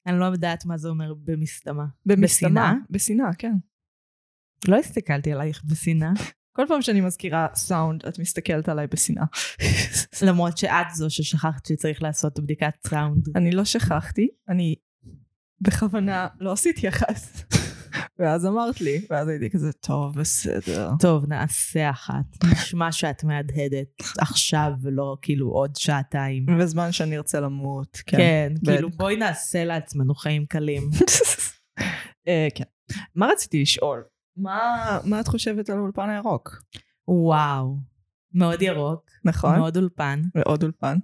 אני לא יודעת מה זה אומר במסתמה. במסתמה? בשנאה, כן. לא הסתכלתי עלייך בשנאה. כל פעם שאני מזכירה סאונד, את מסתכלת עליי בשנאה. למרות שאת זו ששכחת שצריך לעשות בדיקת סאונד. אני לא שכחתי, אני בכוונה לא עשיתי יחס. ואז אמרת לי, ואז הייתי כזה, טוב, בסדר. טוב, נעשה אחת. נשמע שאת מהדהדת עכשיו, ולא כאילו עוד שעתיים. בזמן שאני ארצה למות. כן, כאילו בואי נעשה לעצמנו חיים קלים. כן. מה רציתי לשאול? מה את חושבת על אולפן הירוק? וואו, מאוד ירוק. נכון. מאוד אולפן. מאוד אולפן.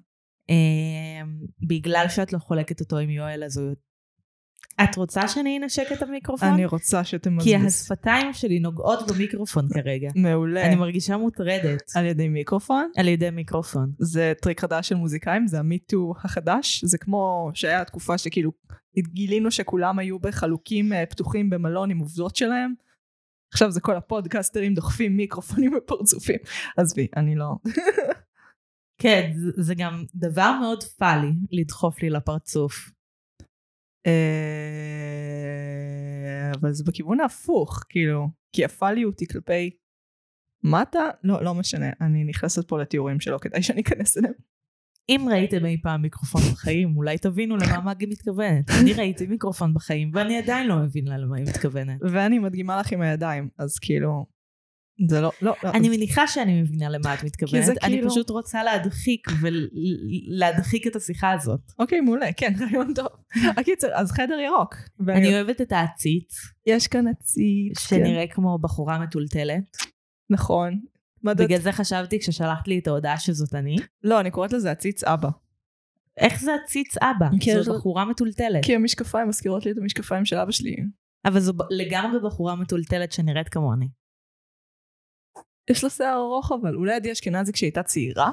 בגלל שאת לא חולקת אותו עם יואל, אז הוא... את רוצה שאני אנשק את המיקרופון? אני רוצה שתמזמז. כי השפתיים שלי נוגעות במיקרופון כרגע. מעולה. אני מרגישה מוטרדת. על ידי מיקרופון? על ידי מיקרופון. זה טריק חדש של מוזיקאים, זה המיטו החדש. זה כמו שהיה התקופה שכאילו גילינו שכולם היו בחלוקים פתוחים במלון עם עובדות שלהם. עכשיו זה כל הפודקאסטרים דוחפים מיקרופונים בפרצופים. עזבי, אני לא... כן, זה גם דבר מאוד פאלי לדחוף לי לפרצוף. אבל זה בכיוון ההפוך, כאילו, כי הפאליות היא כלפי מטה, לא משנה, אני נכנסת פה לתיאורים שלו, כדאי שאני אכנס אליהם. אם ראיתם אי פעם מיקרופון בחיים, אולי תבינו למה מגי מתכוונת. אני ראיתי מיקרופון בחיים, ואני עדיין לא מבינה למה היא מתכוונת. ואני מדגימה לך עם הידיים, אז כאילו, זה לא. אני מניחה שאני מבינה למה את מתכוונת, אני פשוט רוצה להדחיק את השיחה הזאת. אוקיי, מעולה, כן, רעיון טוב. הקיצר, אז חדר ירוק. אני אוהבת את העציץ. יש כאן עציץ. שנראה כמו בחורה מטולטלת. נכון. בגלל זה חשבתי כששלחת לי את ההודעה שזאת אני. לא, אני קוראת לזה עציץ אבא. איך זה עציץ אבא? זו בחורה מטולטלת. כי המשקפיים מזכירות לי את המשקפיים של אבא שלי. אבל זו לגמרי בחורה מטולטלת שנראית כמוני. יש לה שיער ארוך אבל, אולי עדי אשכנזי כשהיא הייתה צעירה?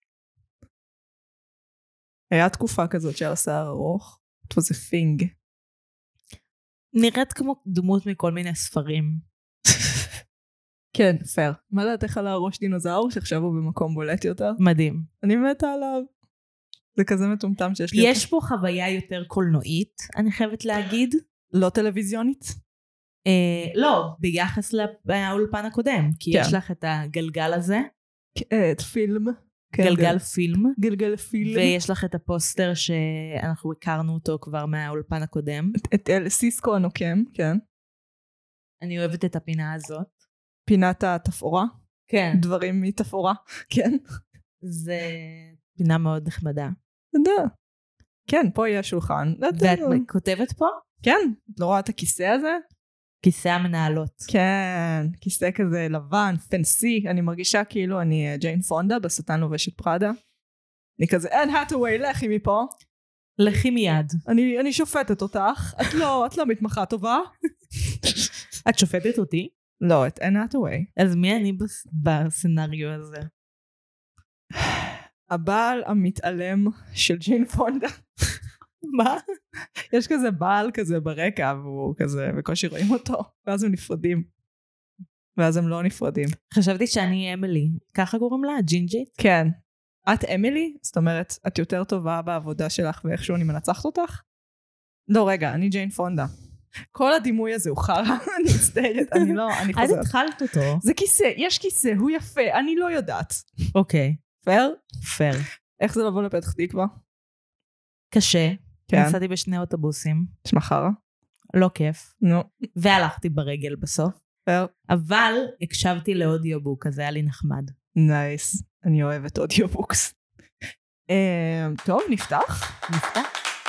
היה תקופה כזאת שהיה לה שיער ארוך. it was a thing. נראית כמו דמות מכל מיני ספרים. כן, פייר. מה דעתך על הראש דינוזאור שעכשיו הוא במקום בולט יותר? מדהים. אני מתה עליו. זה כזה מטומטם שיש לי... יש פה חוויה יותר קולנועית, אני חייבת להגיד. לא טלוויזיונית? לא, ביחס לאולפן הקודם, כי יש לך את הגלגל הזה. את פילם. גלגל פילם. גלגל פילם. ויש לך את הפוסטר שאנחנו הכרנו אותו כבר מהאולפן הקודם. את סיסקו הנוקם, כן. אני אוהבת את הפינה הזאת. פינת התפאורה? כן. דברים מתפאורה, כן. זה פינה מאוד נחמדה. תודה. כן, פה יהיה שולחן. ואת כותבת פה? כן. את לא רואה את הכיסא הזה? כיסא המנהלות. כן, כיסא כזה לבן, פנסי. אני מרגישה כאילו אני ג'יין פונדה בשטן לובשת פראדה. אני כזה, אין האטווי, לכי מפה. לכי מיד. אני שופטת אותך. את לא מתמחה טובה. את שופטת אותי? לא, את אין האטווי. אז מי אני בסנריו הזה? הבעל המתעלם של ג'יין פונדה. מה? יש כזה בעל כזה ברקע, והוא כזה, בקושי רואים אותו, ואז הם נפרדים. ואז הם לא נפרדים. חשבתי שאני אמילי. ככה קוראים לה? ג'ינג'ית? כן. את אמילי? זאת אומרת, את יותר טובה בעבודה שלך, ואיכשהו אני מנצחת אותך? לא, רגע, אני ג'יין פונדה. כל הדימוי הזה הוא חרא, אני מצטערת, אני חוזרת. את התחלת אותו. זה כיסא, יש כיסא, הוא יפה, אני לא יודעת. אוקיי. פייר? פייר. איך זה לבוא לפתח תקווה? קשה. כן. נסעתי בשני אוטובוסים. נשמע חרא? לא כיף. נו. והלכתי ברגל בסוף. פייר. אבל הקשבתי לאודיובוק, אז היה לי נחמד. נייס. אני אוהבת אודיובוקס. טוב, נפתח? נפתח.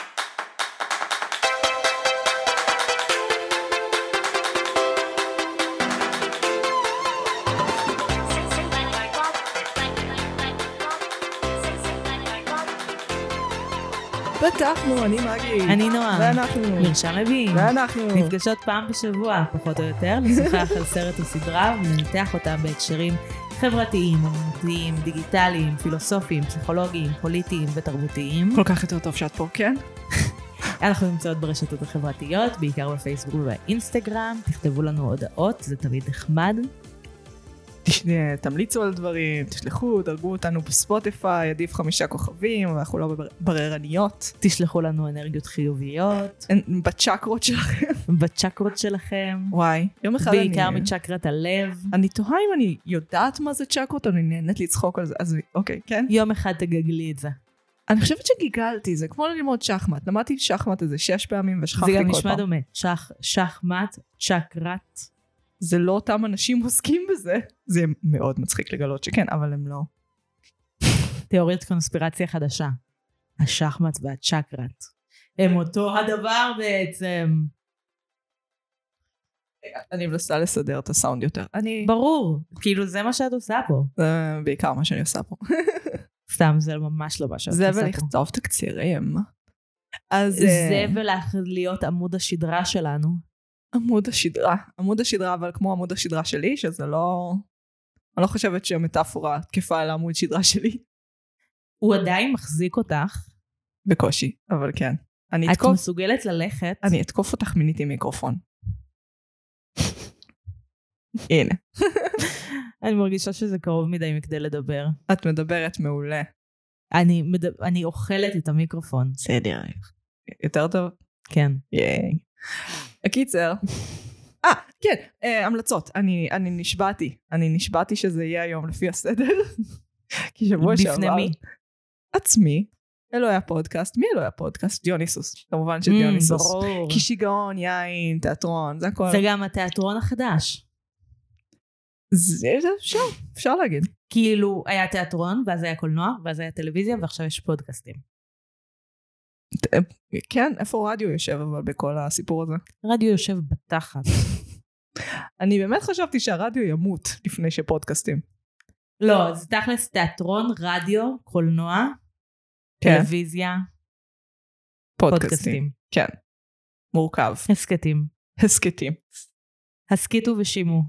פתחנו, אני מגי. אני נועה. ואנחנו. מרשם לוי. ואנחנו. נפגשות פעם בשבוע, פחות או יותר, לשוחח על סרט או סדרה ולנתח אותם בהקשרים חברתיים, אומנותיים, דיגיטליים, פילוסופיים, פסיכולוגיים, פוליטיים ותרבותיים. כל כך יותר טוב שאת פה, כן? אנחנו נמצאות ברשתות החברתיות, בעיקר בפייסבוק ובאינסטגרם. תכתבו לנו הודעות, זה תמיד נחמד. תמליצו על דברים, תשלחו, דרגו אותנו בספוטיפיי, עדיף 5 כוכבים, ואנחנו לא בררניות. תשלחו לנו אנרגיות חיוביות. בצ'קרות שלכם. בצ'קרות שלכם. וואי, יום אחד בעיקר מצ'קרת הלב. אני תוהה אם אני יודעת מה זה צ'קרות, אני נהנית לצחוק על זה, אז אוקיי, כן? יום אחד תגגלי את זה. אני חושבת שגיגלתי, זה כמו ללמוד שחמט. למדתי שחמט איזה 6 פעמים ושכחתי כל פעם. זה גם נשמע דומה. שחמט, צ'קרת. זה לא אותם אנשים עוסקים בזה. זה מאוד מצחיק לגלות שכן, אבל הם לא. תיאוריית קונספירציה חדשה. השחמט והצ'קרת. הם אותו הדבר בעצם. אני מנסה לסדר את הסאונד יותר. ברור. כאילו זה מה שאת עושה פה. זה בעיקר מה שאני עושה פה. סתם, זה ממש לא מה שאת עושה פה. זה ולכתוב תקצירים. זה ולהיות עמוד השדרה שלנו. עמוד השדרה, אבל כמו עמוד השדרה שלי, שזה לא... אני לא חושבת שהמטאפורה תקפה על העמוד שדרה שלי. הוא עדיין מחזיק אותך. בקושי, אבל כן. את מסוגלת ללכת. אני אתקוף אותך מינית עם מיקרופון. הנה. אני מרגישה שזה קרוב מדי מכדי לדבר. את מדברת מעולה. אני אוכלת את המיקרופון. בסדר. יותר טוב? כן. ייי. הקיצר. כן, המלצות. אני נשבעתי שזה יהיה היום לפי הסדר. כי שבוע שעבר. בפני מי? עצמי. אלוהי הפודקאסט. מי אלוהי הפודקאסט? דיוניסוס. כמובן שדיוניסוס. ברור. כי שיגעון, יין, תיאטרון, זה הכל. זה גם התיאטרון החדש. זה אפשר להגיד. כאילו היה תיאטרון, ואז היה קולנוע, ואז היה טלוויזיה, ועכשיו יש פודקאסטים. כן, איפה רדיו יושב אבל בכל הסיפור הזה? רדיו יושב בתחת. אני באמת חשבתי שהרדיו ימות לפני שפודקאסטים. לא, זה תכלס תיאטרון, רדיו, קולנוע, כן. טלוויזיה, פודקאסטים. כן, מורכב. הסקטים. הסקיטו ושימו.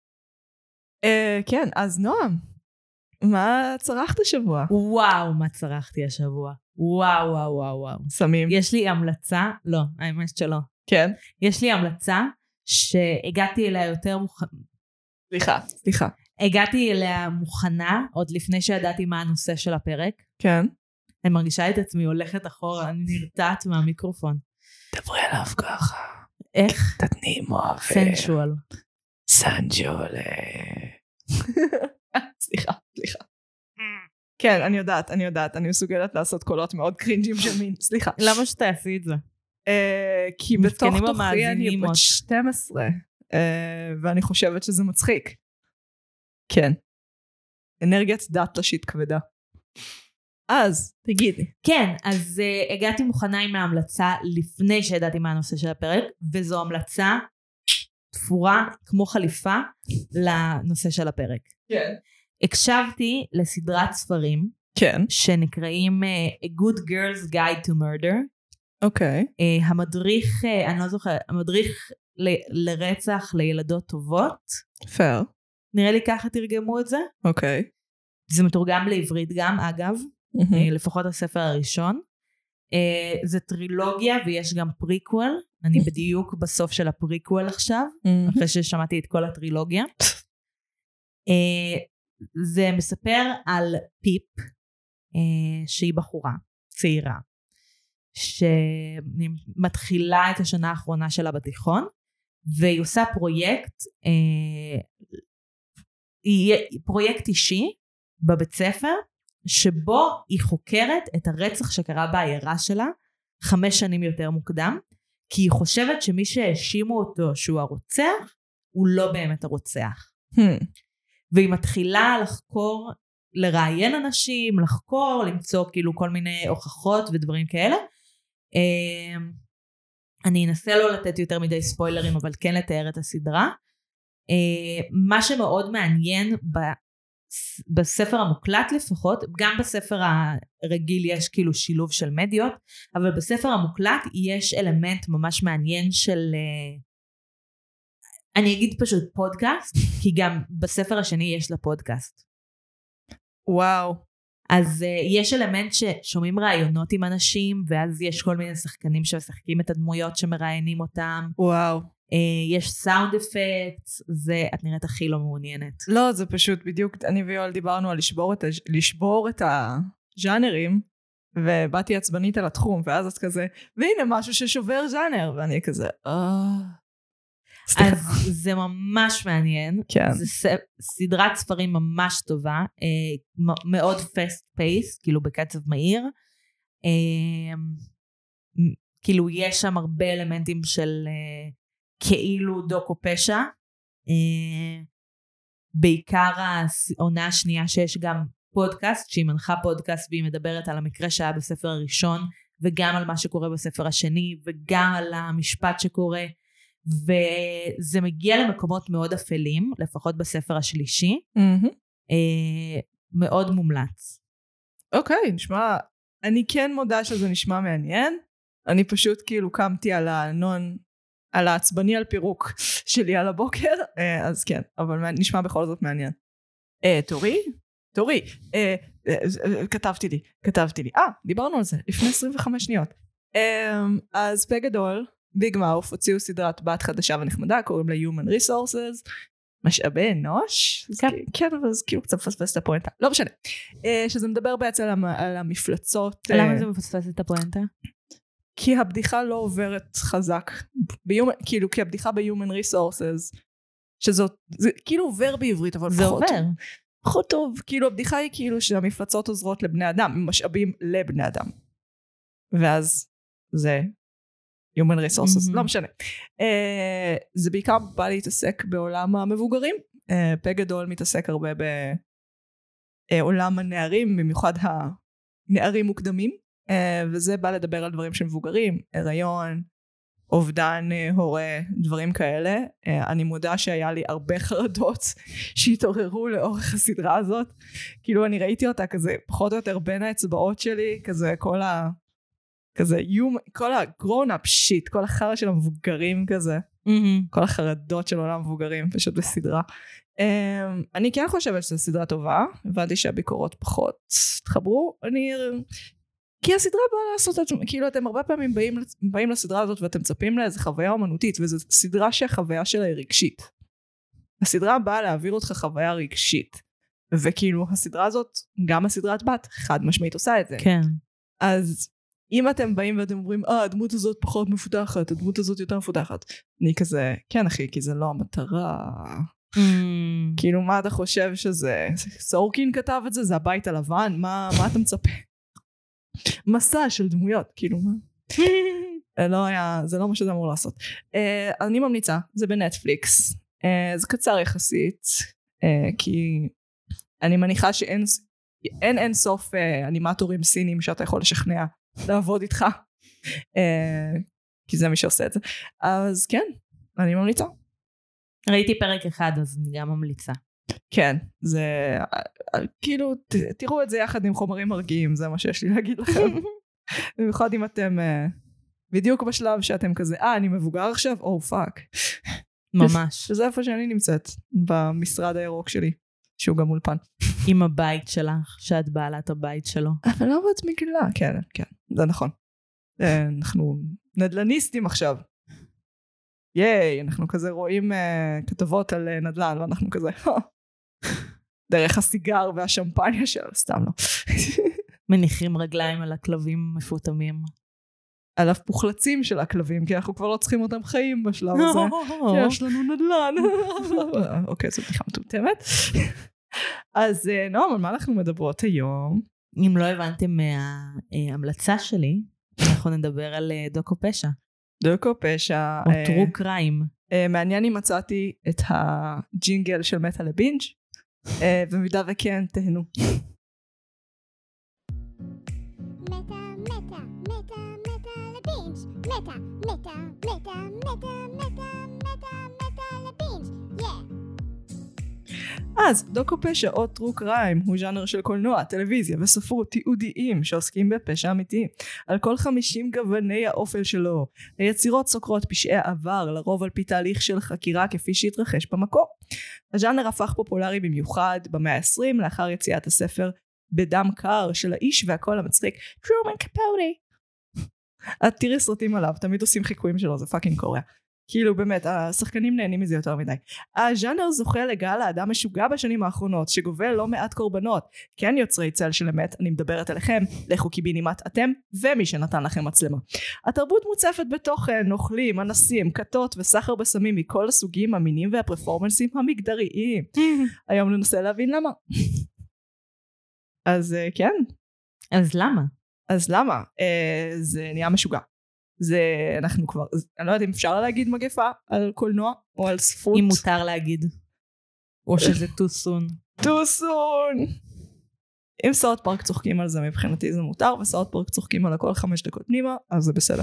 כן, אז נועם, מה צרכת השבוע? וואו, מה צרכתי השבוע. וואו. סמים. יש לי המלצה, לא, האמת שלא. כן. יש לי המלצה שהגעתי אליה יותר סליחה. הגעתי אליה מוכנה, עוד לפני שידעתי מה הנושא של הפרק. כן. אני מרגישה את עצמי הולכת אחורה, אני נרתעת מהמיקרופון. דברי עליו ככה. איך? תתני מואב. סנשואל. סנג'ולה. סליחה. כן, אני יודעת, אני מסוגלת לעשות קולות מאוד קרינג'ים של מין, סליחה. למה שתעשי את זה? כי בתוך תוכי אני בת 12, ואני חושבת שזה מצחיק. כן. אנרגיית דאטה-שיט כבדה. אז, תגידי. כן, אז הגעתי מוכנה עם ההמלצה לפני שידעתי מה הנושא של הפרק, וזו המלצה תפורה כמו חליפה לנושא של הפרק. כן. הקשבתי לסדרת ספרים, כן. שנקראים A Good Girl's Guide to Murder. אוקיי. המדריך, אני לא זוכרת, המדריך לרצח לילדות טובות. פייר. נראה לי ככה תרגמו את זה. אוקיי. זה מתורגם לעברית גם, אגב, לפחות הספר הראשון. זה טרילוגיה ויש גם פריקוול. אני בדיוק בסוף של הפריקוול עכשיו, אחרי ששמעתי את כל הטרילוגיה. זה מספר על פיפ, שהיא בחורה צעירה, שמתחילה את השנה האחרונה שלה בתיכון, והיא עושה פרויקט אישי בבית ספר, שבו היא חוקרת את הרצח שקרה בעיירה שלה 5 שנים יותר מוקדם, כי היא חושבת שמי שהאשימו אותו שהוא הרוצח, הוא לא באמת הרוצח. והיא מתחילה לחקור, לראיין אנשים, לחקור, למצוא כאילו כל מיני הוכחות ודברים כאלה. אני אנסה לא לתת יותר מדי ספוילרים, אבל כן לתאר את הסדרה. מה שמאוד מעניין בספר המוקלט לפחות, גם בספר הרגיל יש כאילו שילוב של מדיות, אבל בספר המוקלט יש אלמנט ממש מעניין של, אני אגיד פשוט פודקאסט, כי גם בספר השני יש לה פודקאסט. וואו. אז יש אלמנט ששומעים רעיונות עם אנשים, ואז יש כל מיני שחקנים שמשחקים את הדמויות שמראיינים אותם. וואו. יש סאונד אפקט, זה את נראית הכי לא מעוניינת. לא, זה פשוט בדיוק, אני ויואל דיברנו על לשבור את הז'אנרים, ובאתי עצבנית על התחום, ואז את כזה, והנה משהו ששובר ז'אנר, ואני כזה, אז זה ממש מעניין, כן. זה סדרת ספרים ממש טובה, מאוד fast pace, כאילו בקצב מהיר, כאילו יש שם הרבה אלמנטים של כאילו דוקו פשע, בעיקר העונה השנייה שיש גם פודקאסט, שהיא מנחה פודקאסט והיא מדברת על המקרה שהיה בספר הראשון, וגם על מה שקורה בספר השני, וגם על המשפט שקורה, וזה מגיע למקומות מאוד אפלים, לפחות בספר השלישי, מאוד מומלץ. אוקיי, נשמע, אני כן מודה שזה נשמע מעניין, אני פשוט כאילו קמתי על העצבני על פירוק שלי על הבוקר, אז כן, אבל נשמע בכל זאת מעניין. תורי, כתבתי לי, דיברנו על זה לפני 25 שניות. אז פה גדול, ביג מאוף, הוציאו סדרת בת חדשה ונחמדה, קוראים לה Human Resources, משאבי אנוש, כן, אבל זה כאילו קצת מפספס את הפואנטה, לא משנה, שזה מדבר בעצם על המפלצות. למה זה מפספס את הפואנטה? כי הבדיחה לא עוברת חזק, כאילו כי הבדיחה ב-Human Resources, שזאת, זה כאילו עובר בעברית, אבל זה עובר. פחות טוב, כאילו הבדיחה היא כאילו שהמפלצות עוזרות לבני אדם, משאבים לבני אדם, ואז זה Human Resources, לא משנה. זה בעיקר בא להתעסק בעולם המבוגרים, פה גדול מתעסק הרבה בעולם הנערים, במיוחד הנערים מוקדמים, וזה בא לדבר על דברים של מבוגרים, הריון, אובדן הורה, דברים כאלה. אני מודה שהיה לי הרבה חרדות שהתעוררו לאורך הסדרה הזאת, כאילו אני ראיתי אותה כזה פחות או יותר בין האצבעות שלי, כזה כל הגרון-אפ שיט, כל החרא של המבוגרים כזה, כל החרדות של עולם המבוגרים, פשוט בסדרה. אני כן חושבת שזו סדרה טובה, הבנתי שהביקורות פחות תחברו, כי הסדרה באה לעשות את זה, כאילו אתם הרבה פעמים באים לסדרה הזאת ואתם מצפים לאיזו חוויה אומנותית, וזו סדרה שהחוויה שלה היא רגשית. הסדרה באה להעביר אותך חוויה רגשית, וכאילו הסדרה הזאת, גם הסדרת בת, חד משמעית עושה את זה. כן. אז אם אתם באים ואתם אומרים, הדמות הזאת פחות מפותחת, הדמות הזאת יותר מפותחת, אני כזה, כן אחי, כי זה לא המטרה. כאילו מה אתה חושב שזה, סורקין כתב את זה, זה הבית הלבן, מה אתה מצפה? מסע של דמויות, כאילו מה? זה לא מה שזה אמור לעשות. אני ממליצה, זה בנטפליקס, זה קצר יחסית, כי אני מניחה שאין סוף אנימטורים סינים שאתה יכול לשכנע לעבוד איתך, כי זה מי שעושה את זה. אז כן, אני ממליצה. ראיתי פרק אחד, אז אני גם ממליצה. כן, זה כאילו תראו את זה יחד עם חומרים מרגיעים, זה מה שיש לי להגיד לכם. במיוחד אם אתם בדיוק בשלב שאתם כזה, אני מבוגר עכשיו, פאק. ממש. שזה איפה שאני נמצאת, במשרד הירוק שלי, שהוא גם אולפן. עם הבית שלך, שאת בעלת הבית שלו. אבל לא בעצמי גילה, כן, זה נכון. אנחנו נדלניסטים עכשיו. ייי, אנחנו כזה רואים כתבות על נדל"ן, ואנחנו כזה, דרך הסיגר והשמפניה שלו, סתם לא. מניחים רגליים על הכלבים מפותמים. על הפוחלצים של הכלבים, כי אנחנו כבר לא צריכים אותם חיים בשלב הזה. יש לנו נדל"ן. אוקיי, זו בדיחה מטומטמת. אז נועם, על מה אנחנו מדברות היום? אם לא הבנתם מההמלצה שלי, אנחנו נדבר על דוקו פשע. דוקו פשע. או טרו קריים. מעניין אם מצאתי את הג'ינגל של מטה לבינג', במידה וכן, תהנו. אז דוקו פשע או טרו קריים הוא ז'אנר של קולנוע, טלוויזיה וספרות תיעודיים שעוסקים בפשע אמיתי על כל 50 גווני האופל שלו. היצירות סוקרות פשעי עבר, לרוב על פי תהליך של חקירה כפי שהתרחש במקור. הז'אנר הפך פופולרי במיוחד במאה ה-20 לאחר יציאת הספר בדם קר של האיש והקול המצחיק טרומן קפוטי. את תראי סרטים עליו, תמיד עושים חיקויים שלו, זה פאקינג קורא. כאילו באמת, השחקנים נהנים מזה יותר מדי. הז'אנר זוכה לגל האדם משוגע בשנים האחרונות, שגובל לא מעט קורבנות. כן יוצרי צל של אמת, אני מדברת עליכם, לכו קיבינימט אתם, ומי שנתן לכם מצלמה. התרבות מוצפת בתוכן, נוכלים, אנסים, כתות וסחר בסמים מכל הסוגים, המינים והפרפורמנסים המגדריים. היום ננסה להבין למה. אז כן. אז למה? אז למה? זה נהיה משוגע. זה אנחנו כבר, אני לא יודעת אם אפשר להגיד מגפה על קולנוע או על ספרות. אם מותר להגיד. או שזה too soon. too soon. אם סאוט פארק צוחקים על זה מבחינתי זה מותר, וסאוט פארק צוחקים על הכל 5 דקות פנימה, אז זה בסדר.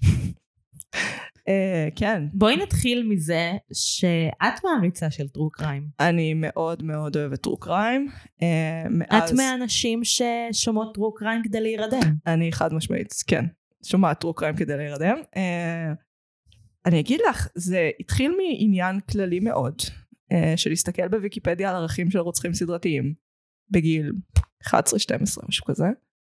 כן. בואי נתחיל מזה שאת מעריצה של טרו קריים. אני מאוד מאוד אוהבת טרו קריים. את מהאנשים ששומעות טרו קריים כדי להירדם. אני חד משמעית, כן. שומעת טרו קריים כדי להירדם. אני אגיד לך, זה התחיל מעניין כללי מאוד, של להסתכל בוויקיפדיה על ערכים של רוצחים סדרתיים, בגיל 11-12, משהו כזה.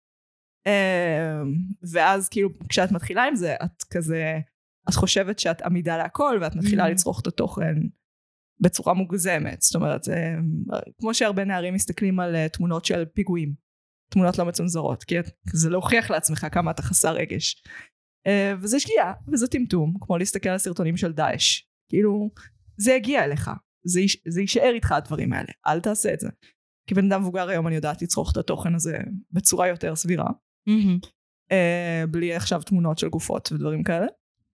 ואז כאילו, כשאת מתחילה עם זה, את כזה, את חושבת שאת עמידה להכל, ואת מתחילה לצרוך את התוכן בצורה מוגזמת. זאת אומרת, כמו שהרבה נערים מסתכלים על תמונות של פיגועים, תמונות לא מצונזרות, כי זה להוכיח לעצמך כמה אתה חסר רגש. וזה שגיאה, וזה טמטום, כמו להסתכל על סרטונים של דאעש. כאילו, זה יגיע אליך, זה יישאר איתך הדברים האלה, אל תעשה את זה. כי בן אדם מבוגר היום אני יודעת לצרוך את התוכן הזה בצורה יותר סבירה, בלי עכשיו תמונות של גופות ודברים כאלה.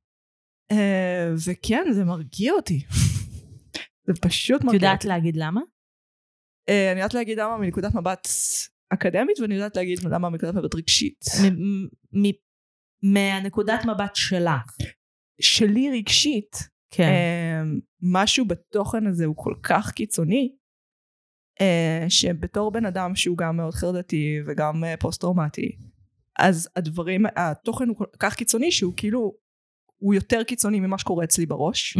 וכן, זה מרגיע אותי. זה פשוט מרגיע אותי. יודעת להגיד למה? אני יודעת להגיד למה מנקודת מבט אקדמית, ואני יודעת להגיד למה מנקודת מבט רגשית. מהנקודת מבט שלך. שלי רגשית, כן. משהו בתוכן הזה הוא כל כך קיצוני, שבתור בן אדם שהוא גם מאוד חרדתי וגם פוסט-טראומטי, אז התוכן הוא כל כך קיצוני שהוא כאילו, הוא יותר קיצוני ממה שקורה אצלי בראש,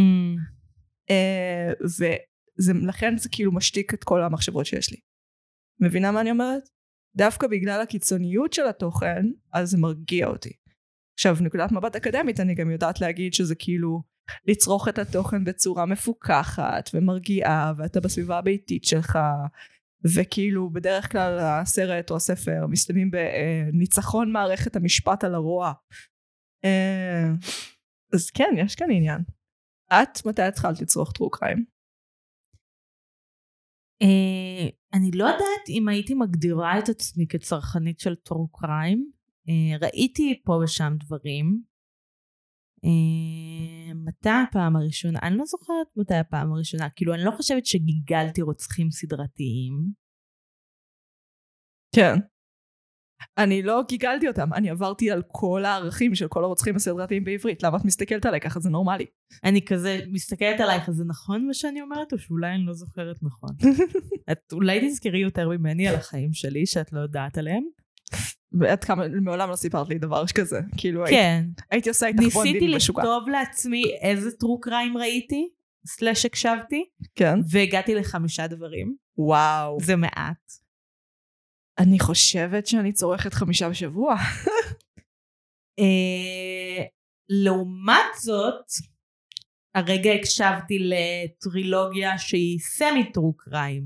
ולכן זה כאילו משתיק את כל המחשבות שיש לי. מבינה מה אני אומרת? דווקא בגלל הקיצוניות של התוכן, אז זה מרגיע אותי. עכשיו, נקודת מבט אקדמית, אני גם יודעת להגיד שזה כאילו, לצרוך את התוכן בצורה מפוקחת ומרגיעה, ואתה בסביבה הביתית שלך, וכאילו בדרך כלל הסרט או הספר מסתיימים בניצחון מערכת המשפט על הרוע. אז כן, יש כאן עניין. מתי התחלת לצרוך טרו קריים? אני לא יודעת אם הייתי מגדירה את עצמי כצרכנית של טרו קריים. ראיתי פה ושם דברים. מתי הפעם הראשונה? אני לא זוכרת מתי הפעם הראשונה. כאילו אני לא חושבת שגיגלתי רוצחים סדרתיים. כן. אני לא גיגלתי אותם, אני עברתי על כל הערכים של כל הרוצחים הסדרתיים בעברית. למה את מסתכלת עליי ככה? זה נורמלי. אני כזה מסתכלת עלייך, אז זה נכון מה שאני אומרת, או שאולי אני לא זוכרת נכון? את אולי תזכרי יותר ממני על החיים שלי, שאת לא יודעת עליהם? ואת כמה, מעולם לא סיפרת לי דבר כזה. כאילו כן. הייתי עושה איתך בונדין ניסיתי בשוקה. לכתוב לעצמי איזה טרו קריים ראיתי, / הקשבתי, כן. והגעתי ל5 דברים. וואו. זה מעט. אני חושבת שאני צורכת 5 בשבוע. לעומת זאת, הרגע הקשבתי לטרילוגיה שהיא סמי טרו קריים.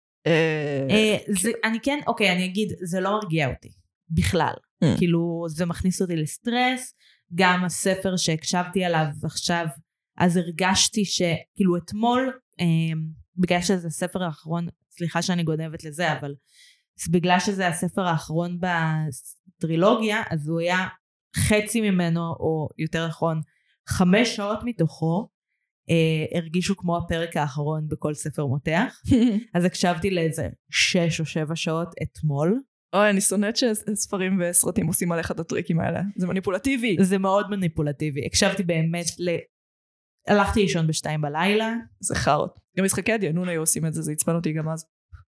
אני כן, אוקיי, אני אגיד, זה לא מרגיע אותי, בכלל. כאילו, זה מכניס אותי לסטרס, גם הספר שהקשבתי עליו עכשיו, אז הרגשתי שכאילו אתמול, בגלל שזה הספר האחרון, סליחה שאני גונבת לזה, אבל בגלל שזה הספר האחרון בטרילוגיה, אז הוא היה חצי ממנו, או יותר נכון, 5 שעות מתוכו, הרגישו כמו הפרק האחרון בכל ספר מותח. אז הקשבתי לאיזה 6 או 7 שעות אתמול. אוי, אני שונאת שספרים וסרטים עושים עליך את הטריקים האלה. זה מניפולטיבי. זה מאוד מניפולטיבי. הקשבתי באמת הלכתי לישון ב2 בלילה. זה חרות. גם משחקי הדיינון היו עושים את זה, זה הצפן אותי גם אז.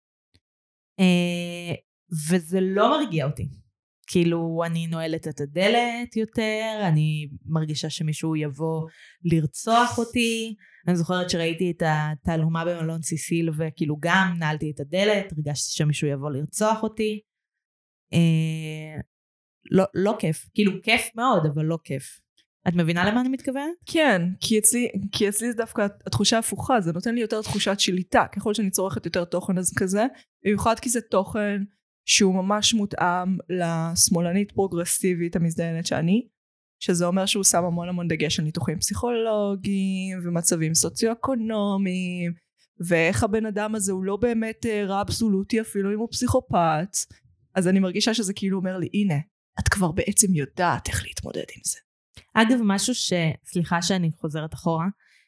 וזה לא מרגיע אותי. כאילו אני נועלת את הדלת יותר, אני מרגישה שמישהו יבוא לרצוח אותי. אני זוכרת שראיתי את התעלומה במלון סיסיל, וכאילו גם נעלתי את הדלת, הרגשתי שמישהו יבוא לרצוח אותי. לא כיף, כאילו כיף מאוד, אבל לא כיף. את מבינה למה אני מתכוונת? כן, כי אצלי זה דווקא התחושה הפוכה, זה נותן לי יותר תחושת שליטה, ככל שאני צורכת יותר תוכן אז כזה, במיוחד כי זה תוכן שהוא ממש מותאם לשמאלנית פרוגרסיבית המזדיינת שאני, שזה אומר שהוא שם המון דגש על ניתוחים פסיכולוגיים ומצבים סוציו-אקונומיים, ואיך הבן אדם הזה הוא לא באמת רע אבסולוטי אפילו אם הוא פסיכופת, אז אני מרגישה שזה כאילו אומר לי, הנה, את כבר בעצם יודעת איך להתמודד עם זה. אגב, משהו סליחה שאני חוזרת אחורה,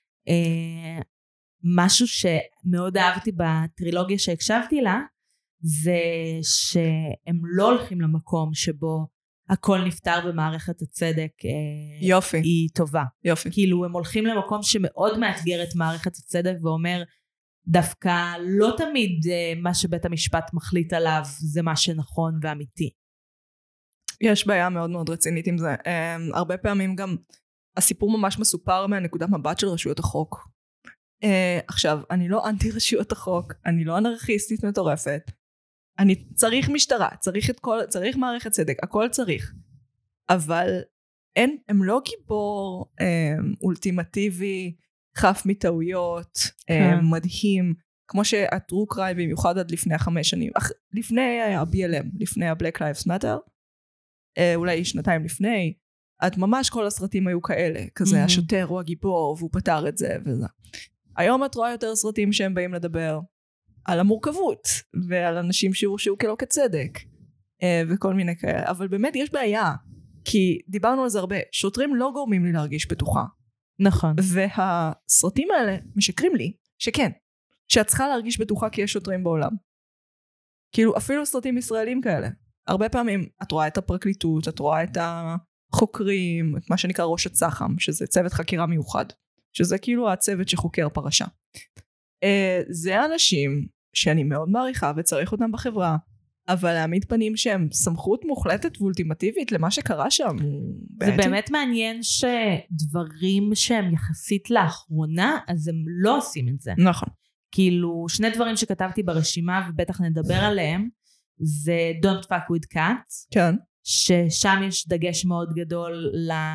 משהו שמאוד אהבתי בטרילוגיה שהקשבתי לה, זה שהם לא הולכים למקום שבו הכל נפתר במערכת הצדק יופי. היא טובה. יופי. כאילו הם הולכים למקום שמאוד מאתגר את מערכת הצדק ואומר, דווקא לא תמיד מה שבית המשפט מחליט עליו זה מה שנכון ואמיתי. יש בעיה מאוד רצינית עם זה. הרבה פעמים גם הסיפור ממש מסופר מהנקודת מבט של רשויות החוק. עכשיו, אני לא אנטי רשויות החוק, אני לא אנרכיסטית מטורפת, אני צריך משטרה, צריך מערכת צדק, הכל צריך. אבל הם לא גיבור אולטימטיבי, חף מטעויות, מדהים, כמו שהטרו קריים במיוחד עד לפני 5 שנים, לפני ה-BLM, לפני ה-Black Lives Matter, אולי 2 לפני, עד ממש כל הסרטים היו כאלה, כזה השוטר הוא הגיבור והוא פתר את זה וזה. היום את רואה יותר סרטים שהם באים לדבר על המורכבות ועל אנשים שהורשעו כלא כצדק וכל מיני כאלה, אבל באמת יש בעיה, כי דיברנו על זה הרבה, שוטרים לא גורמים לי להרגיש בטוחה. נכון. והסרטים האלה משקרים לי שכן, שאת צריכה להרגיש בטוחה כי יש שוטרים בעולם. כאילו אפילו סרטים ישראלים כאלה. הרבה פעמים את רואה את הפרקליטות, את רואה את החוקרים, את מה שנקרא ראש הצח"ם, שזה צוות חקירה מיוחד, שזה כאילו הצוות שחוקר פרשה. זה אנשים שאני מאוד מעריכה וצריך אותם בחברה, אבל להעמיד פנים שהם סמכות מוחלטת ואולטימטיבית למה שקרה שם. זה באמת מעניין שדברים שהם יחסית לאחרונה, אז הם לא עושים את זה. נכון. כאילו 2 דברים שכתבתי ברשימה ובטח נדבר עליהם, זה Don't Fuck With Cats, כן. ששם יש דגש מאוד גדול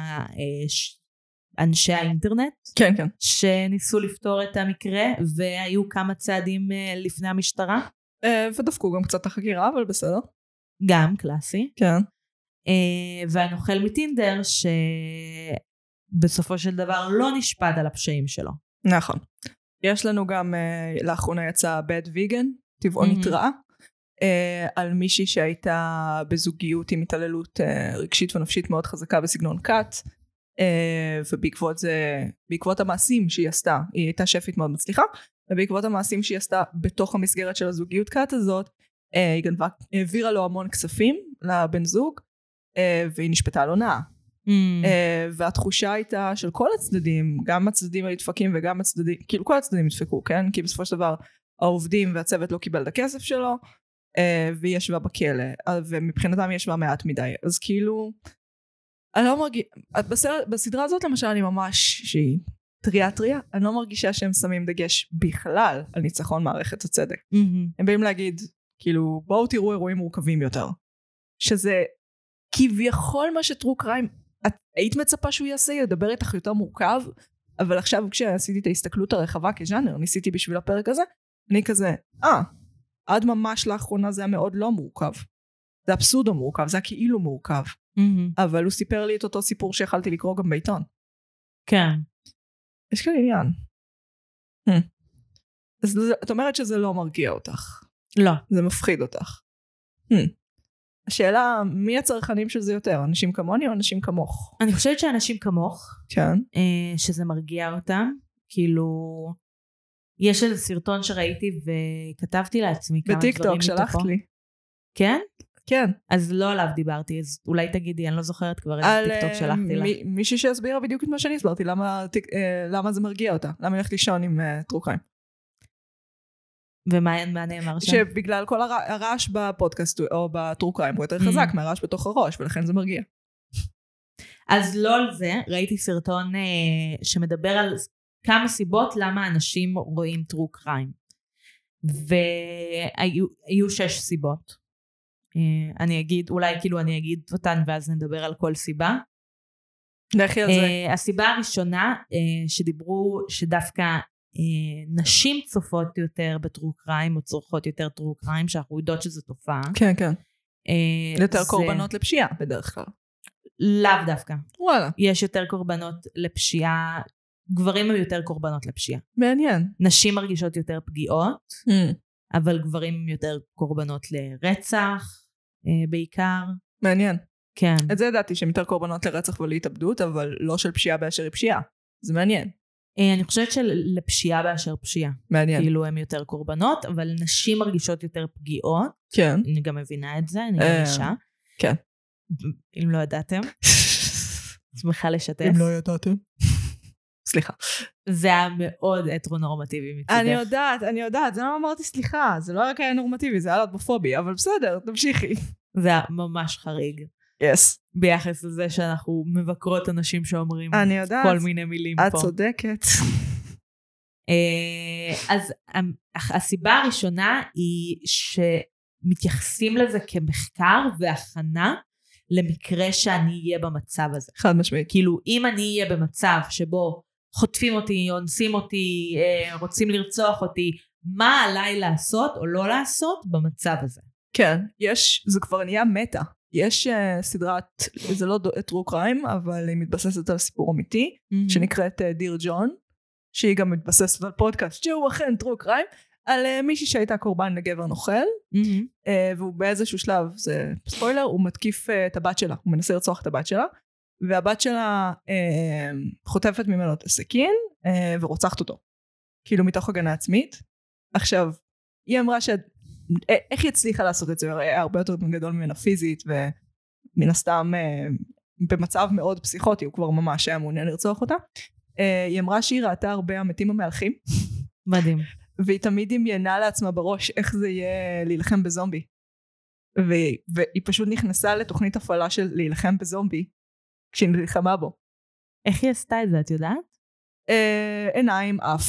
לאנשי האינטרנט, כן, כן. שניסו לפתור את המקרה, והיו כמה צעדים לפני המשטרה. ודפקו גם קצת החקירה, אבל בסדר. גם, קלאסי. כן. והנוכל מטינדר, שבסופו של דבר לא נשפט על הפשעים שלו. נכון. יש לנו גם, לאחרונה יצא Bad Vegan, טבעונית רעה, על מישהי שהייתה בזוגיות עם התעללות רגשית ונפשית מאוד חזקה בסגנון קאט, ובעקבות זה, בעקבות המעשים שהיא עשתה, היא הייתה שפית מאוד מצליחה, ובעקבות המעשים שהיא עשתה בתוך המסגרת של הזוגיות קאט הזאת, היא גנבה, העבירה לו המון כספים לבן זוג, והיא נשפטה על הונאה. והתחושה הייתה של כל הצדדים, גם הצדדים הנדפקים וגם הצדדים, כאילו כל הצדדים נדפקו, כן? כי בסופו של דבר העובדים והצוות לא קיבל את הכסף שלו, והיא ישבה בכלא, ומבחינתם היא ישבה מעט מדי, אז כאילו, אני לא מרגיש, בסדרה הזאת למשל אני ממש, שהיא טריה, אני לא מרגישה שהם שמים דגש בכלל על ניצחון מערכת הצדק. הם באים להגיד, כאילו, בואו תראו אירועים מורכבים יותר, שזה כביכול מה שטרו קריים, את היית מצפה שהוא יעשה, ידבר איתך יותר מורכב, אבל עכשיו כשעשיתי את ההסתכלות הרחבה כז'אנר, ניסיתי בשביל הפרק הזה, אני כזה, עד ממש לאחרונה זה היה מאוד לא מורכב. זה אבסורדו מורכב, זה היה כאילו מורכב. אבל הוא סיפר לי את אותו סיפור שיכלתי לקרוא גם בעיתון. כן. יש כאן עניין. אז את אומרת שזה לא מרגיע אותך. לא. זה מפחיד אותך. השאלה, מי הצרכנים של זה יותר? אנשים כמוני או אנשים כמוך? אני חושבת שאנשים כמוך. כן. שזה מרגיע אותם. כאילו, יש איזה סרטון שראיתי וכתבתי לעצמי כמה דברים מתוכו. בטיקטוק שלחת לי. כן? כן. אז לא עליו דיברתי, אז אולי תגידי, אני לא זוכרת כבר איזה טיקטוק שלחתי לה. מישהי שהסבירה בדיוק את מה שאני הסברתי, למה זה מרגיע אותה, למה היא הולכת לישון עם טרו קריים. ומה נאמר שם? שבגלל כל הרעש בפודקאסט או בטרו קריים הוא יותר חזק מהרעש בתוך הראש, ולכן זה מרגיע. אז לא על זה, ראיתי סרטון שמדבר על כמה סיבות למה אנשים רואים טרו קריים. והיו 6 סיבות. אני אגיד, אולי כאילו אני אגיד אותן ואז נדבר על כל סיבה. לכי על זה. הסיבה הראשונה שדיברו שדווקא נשים צופות יותר בטרו קריים, או צורכות טרו קריים, שאנחנו יודעות שזו תופעה. כן, כן. יותר קורבנות לפשיעה בדרך כלל. לאו דווקא. וואלה. יש יותר קורבנות לפשיעה, גברים הם יותר קורבנות לפשיעה. מעניין. נשים מרגישות יותר פגיעות, אבל גברים הם יותר קורבנות לרצח, בעיקר. מעניין. כן. את זה ידעתי שהם יותר קורבנות לרצח ולהתאבדות, אבל לא של פשיעה באשר היא פשיעה. זה מעניין. אני חושבת שלפשיעה באשר פשיעה. מעניין. כאילו הם יותר קורבנות, אבל נשים מרגישות יותר פגיעות. כן. אני גם מבינה את זה, אני גם אישה. כן. אם לא ידעתם. שמחה לשתף. אם לא ידעתם. סליחה. זה היה מאוד הטרונורמטיבי מצדך. אני יודעת, זה לא אמרתי סליחה, זה לא רק היה נורמטיבי, זה היה להט"בופובי, אבל בסדר, תמשיכי. זה היה ממש חריג. Yes. ביחס לזה שאנחנו מבקרות אנשים שאומרים כל מיני מילים פה. את צודקת. אז הסיבה הראשונה היא שמתייחסים לזה כמחקר והכנה למקרה שאני אהיה במצב הזה. חד משמעית. כאילו אם אני אהיה במצב שבו חוטפים אותי, אונסים אותי, רוצים לרצוח אותי, מה עליי לעשות או לא לעשות במצב הזה? כן, זה כבר נהיה מטה. יש סדרת, זה לא טרו קריים, אבל היא מתבססת על סיפור אמיתי, שנקראת דיר ג'ון, שהיא גם מתבססת על פודקאסט, שהוא אכן טרו קריים, על מישהי שהייתה קורבן לגבר נוכל, והוא באיזשהו שלב, זה ספוילר, הוא מתקיף את הבת שלה, הוא מנסה לרצוח את הבת שלה, והבת שלה חוטפת ממנו את הסכין, ורוצחת אותו, כאילו מתוך הגנה עצמית. עכשיו, היא אמרה איך היא הצליחה לעשות את זה? הרבה יותר גדול ממנה פיזית, ומן הסתם במצב מאוד פסיכוטי, הוא כבר ממש היה מעוניין לרצוח אותה. היא אמרה שהיא ראתה הרבה המתים המהלכים. מדהים. והיא תמיד דמיינה לעצמה בראש איך זה יהיה להילחם בזומבי. והיא פשוט נכנסה לתוכנית הפעלה של להילחם בזומבי, כשהיא נלחמה בו. איך היא עשתה את זה, את יודעת? עיניים, אף.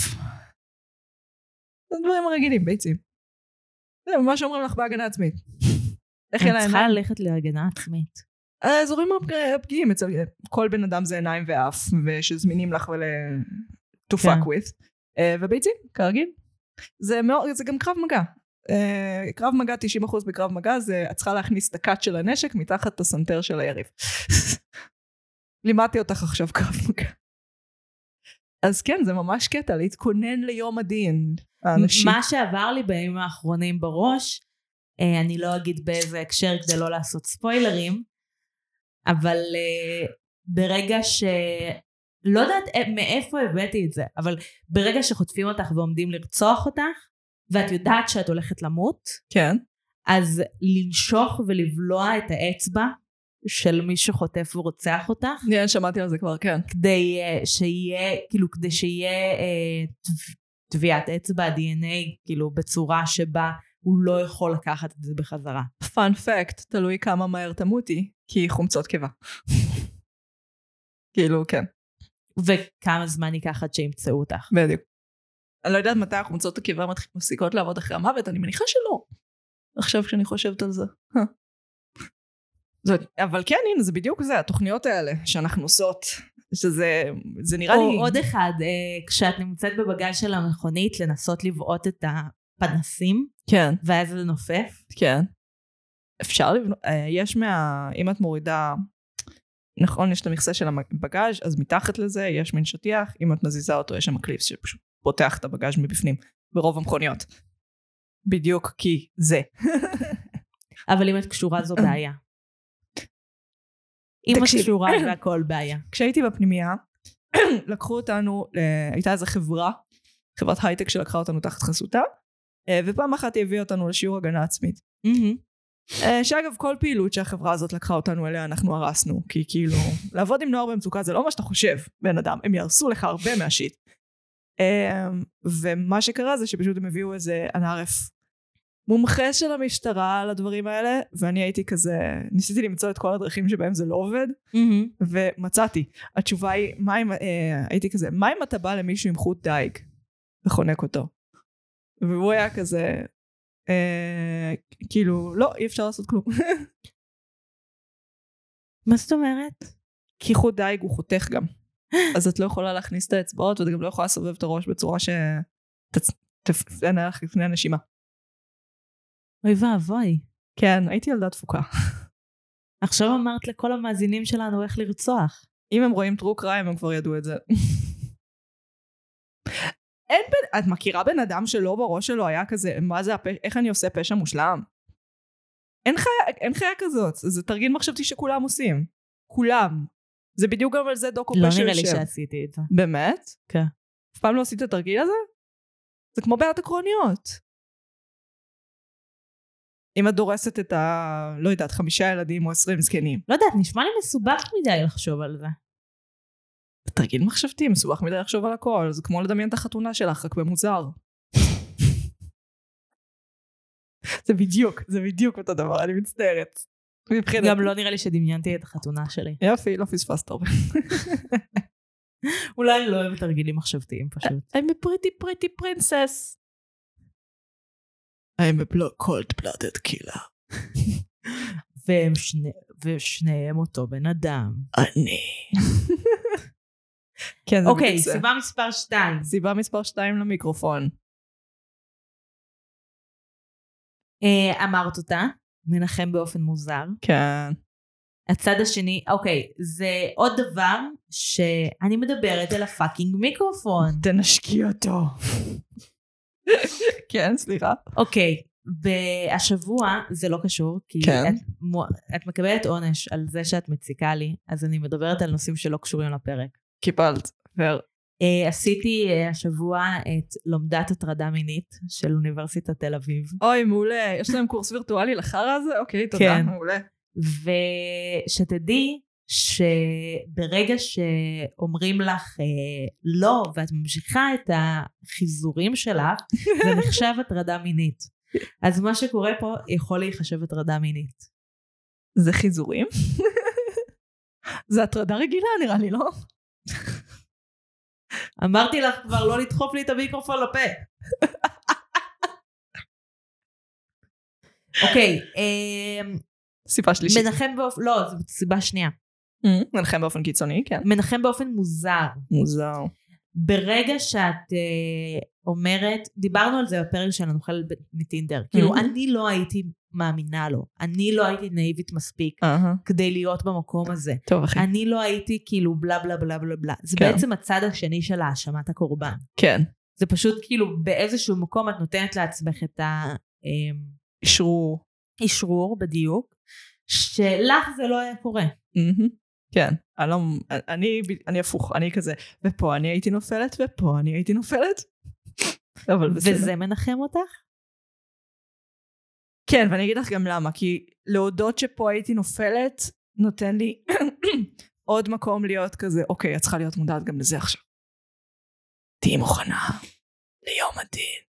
זה דברים הרגילים, ביצים. זה מה שאומרים לך בהגנה עצמית. אני צריכה ללכת להגנה עצמית. האזורים הפגיעים, אצל כל בן אדם זה עיניים ואף, ושזמינים לך to fuck with. וביצים, כרגיל. זה גם קרב מגע. קרב מגע, 90% בקרב מגע, זה את צריכה להכניס את הקאט של הנשק מתחת הסנטר של היריב. לימדתי אותך עכשיו קרב מגע. אז כן, זה ממש קטע, להתכונן ליום הדין. מה שעבר לי בימים האחרונים בראש, אני לא אגיד באיזה הקשר כדי לא לעשות ספוילרים, אבל ברגע לא יודעת מאיפה הבאתי את זה, אבל ברגע שחוטפים אותך ועומדים לרצוח אותך, ואת יודעת שאת הולכת למות, כן. אז לנשוך ולבלוע את האצבע של מי שחוטף ורוצח אותך. אני שמעתי על זה כבר, כן. כדי שיהיה טביעת אצבע, DNA, כאילו בצורה שבה הוא לא יכול לקחת את זה בחזרה. פאנ פקט, תלוי כמה מהר תמותי, כי חומצות קיבה. כאילו, כן. וכמה זמן ייקח עד שימצאו אותך. בדיוק. אני לא יודעת מתי החומצות הקיבה מפסיקות לעבוד אחרי המוות, אני מניחה שלא. עכשיו כשאני חושבת על זה. אבל כן, הנה, זה בדיוק זה, התוכניות האלה שאנחנו עושות, שזה נראה לי... או עוד אחד, כשאת נמצאת בבגז של המכונית, לנסות לבעוט את הפנסים, כן. ואז זה נופף. כן. אפשר לבנות, אם את מורידה, נכון, יש את המכסה של הבגז, אז מתחת לזה יש מין שטיח, אם את מזיזה אותו, יש שם קליפס שפשוט פותח את הבגז מבפנים, ברוב המכוניות. בדיוק כי זה. אבל אם את קשורה זו בעיה. אם את קשורה זה הכל בעיה. כשהייתי בפנימייה, לקחו אותנו, הייתה איזו חברת הייטק שלקחה אותנו תחת חסותה, ופעם אחת היא הביאה אותנו לשיעור הגנה עצמית. שאגב, כל פעילות שהחברה הזאת לקחה אותנו אליה, אנחנו הרסנו, כי כאילו, לעבוד עם נוער במצוקה זה לא מה שאתה חושב, בן אדם, הם ירסו לך הרבה מהשיט. ומה שקרה זה שפשוט הם הביאו איזה אנערף מומחה של המשטרה על הדברים האלה, ואני הייתי כזה, ניסיתי למצוא את כל הדרכים שבהם זה לא עובד, ומצאתי. התשובה היא, הייתי כזה, מה אם אתה בא למישהו עם חוט דייג, וחונק אותו? והוא היה כזה, כאילו, לא, אי אפשר לעשות כלום. מה זאת אומרת? כי חוט דייג הוא חותך גם. אז את לא יכולה להכניס את האצבעות, ואת גם לא יכולה לסובב את הראש בצורה שתפנה לך לפני הנשימה. אוי ואבוי. כן, הייתי ילדה תפוקה. עכשיו אמרת לכל המאזינים שלנו איך לרצוח. אם הם רואים טרו קריים, הם כבר ידעו את זה. את מכירה בן אדם שלא בראש שלו היה כזה, מה זה, איך אני עושה פשע מושלם? אין חיה כזאת, זה תרגיל מחשבתי שכולם עושים. כולם. זה בדיוק גם על זה דוקו פשע יושב. לא נראה לי שעשיתי את זה. באמת? כן. אף פעם לא עשית את התרגיל הזה? זה כמו בעיית עקרוניות. אם את דורסת את לא יודעת, 5 ילדים או 20 זקנים. לא יודעת, נשמע לי מסובך מדי לחשוב על זה. תרגיל מחשבתי, מסובך מדי לחשוב על הכל. זה כמו לדמיין את החתונה שלך, רק במוזר. זה בדיוק אותו דבר, אני מצטערת. גם לא נראה לי שדמיינתי את החתונה שלי. יופי, לא פספסת הרבה. אולי אני לא אוהבת תרגילים מחשבתיים פשוט. I'm a pretty princess. I'm a cold-blooded killer. ושניהם אותו בן אדם. אני. אוקיי, סיבה מספר 2. סיבה מספר 2 למיקרופון. אמרת אותה, מנחם באופן מוזר. כן. הצד השני, אוקיי, זה עוד דבר שאני מדברת אל הפאקינג מיקרופון. תנשקי אותו. כן, סליחה. אוקיי, והשבוע זה לא קשור, כי את מקבלת עונש על זה שאת מציקה לי, אז אני מדברת על נושאים שלא קשורים לפרק. קיבלת. עשיתי השבוע את לומדת הטרדה מינית של אוניברסיטת תל אביב. אוי, מעולה. יש להם קורס וירטואלי לחרא הזה? אוקיי, תודה, כן. מעולה. ושתדעי שברגע שאומרים לך לא, ואת ממשיכה את החיזורים שלך, זה נחשב הטרדה מינית. אז מה שקורה פה יכול להיחשב הטרדה מינית. זה חיזורים? זה הטרדה רגילה נראה לי, לא? אמרתי לך כבר לא לדחוף לי את המיקרופון לפה. אוקיי. סיבה שלישית. מנחם באופן, לא, זו סיבה שנייה. מנחם באופן קיצוני, כן. מנחם באופן מוזר. מוזר. ברגע שאת אומרת, דיברנו על זה בפרק של הנוכל מטינדר, כאילו אני לא הייתי מאמינה לו, אני לא הייתי נאיבית מספיק כדי להיות במקום הזה. טוב אחי. אני לא הייתי כאילו בלה בלה בלה בלה בלה. זה בעצם הצד השני של האשמת הקורבן. כן. זה פשוט כאילו באיזשהו מקום את נותנת לעצמך את אישרור בדיוק, שלך זה לא היה קורה. כן, אני הפוך, אני כזה, ופה אני הייתי נופלת, ופה אני הייתי נופלת. וזה מנחם אותך? כן, ואני אגיד לך גם למה, כי להודות שפה הייתי נופלת, נותן לי עוד מקום להיות כזה, אוקיי, את צריכה להיות מודעת גם לזה עכשיו. תהי מוכנה ליום הדין.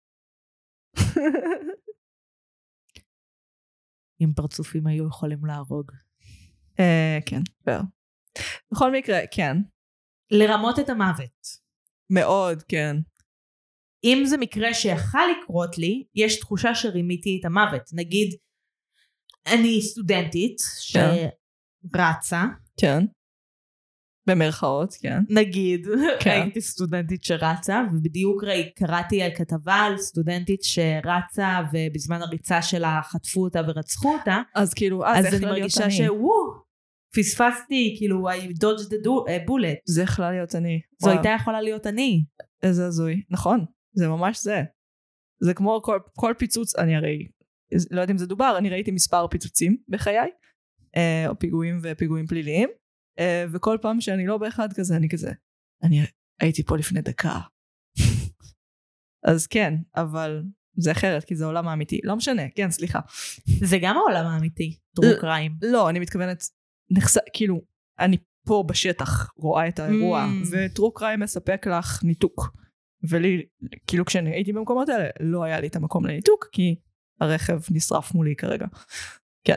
אם פרצופים היו יכולים להרוג. כן, בכל מקרה, כן. לרמות את המוות. מאוד, כן. אם זה מקרה שיכל לקרות לי, יש תחושה שרימיתי את המוות. נגיד, אני סטודנטית שרצה. כן. במרכאות, כן. נגיד, הייתי סטודנטית שרצה, ובדיוק קראתי על כתבה על סטודנטית שרצה, ובזמן הריצה שלה חטפו אותה ורצחו אותה. אז כאילו, אז אני מרגישה פספסתי, כאילו, I dodged the bullet. זה יכלה להיות אני. זו הייתה יכולה להיות אני. איזה הזוי. נכון, זה ממש זה. זה כמו כל פיצוץ, אני הרי, לא יודע אם זה דובר, אני ראיתי מספר פיצוצים בחיי, או פיגועים ופיגועים פליליים, וכל פעם שאני לא באחד כזה, אני כזה, אני הייתי פה לפני דקה. אז כן, אבל זה אחרת, כי זה העולם האמיתי. לא משנה, כן, סליחה. זה גם העולם האמיתי, טרו קריים. לא, אני מתכוונת, כאילו, אני פה בשטח רואה את האירוע, וטרו קריים מספק לך ניתוק. ולי, כאילו כשאני הייתי במקומות האלה, לא היה לי את המקום לניתוק, כי הרכב נשרף מולי כרגע. כן.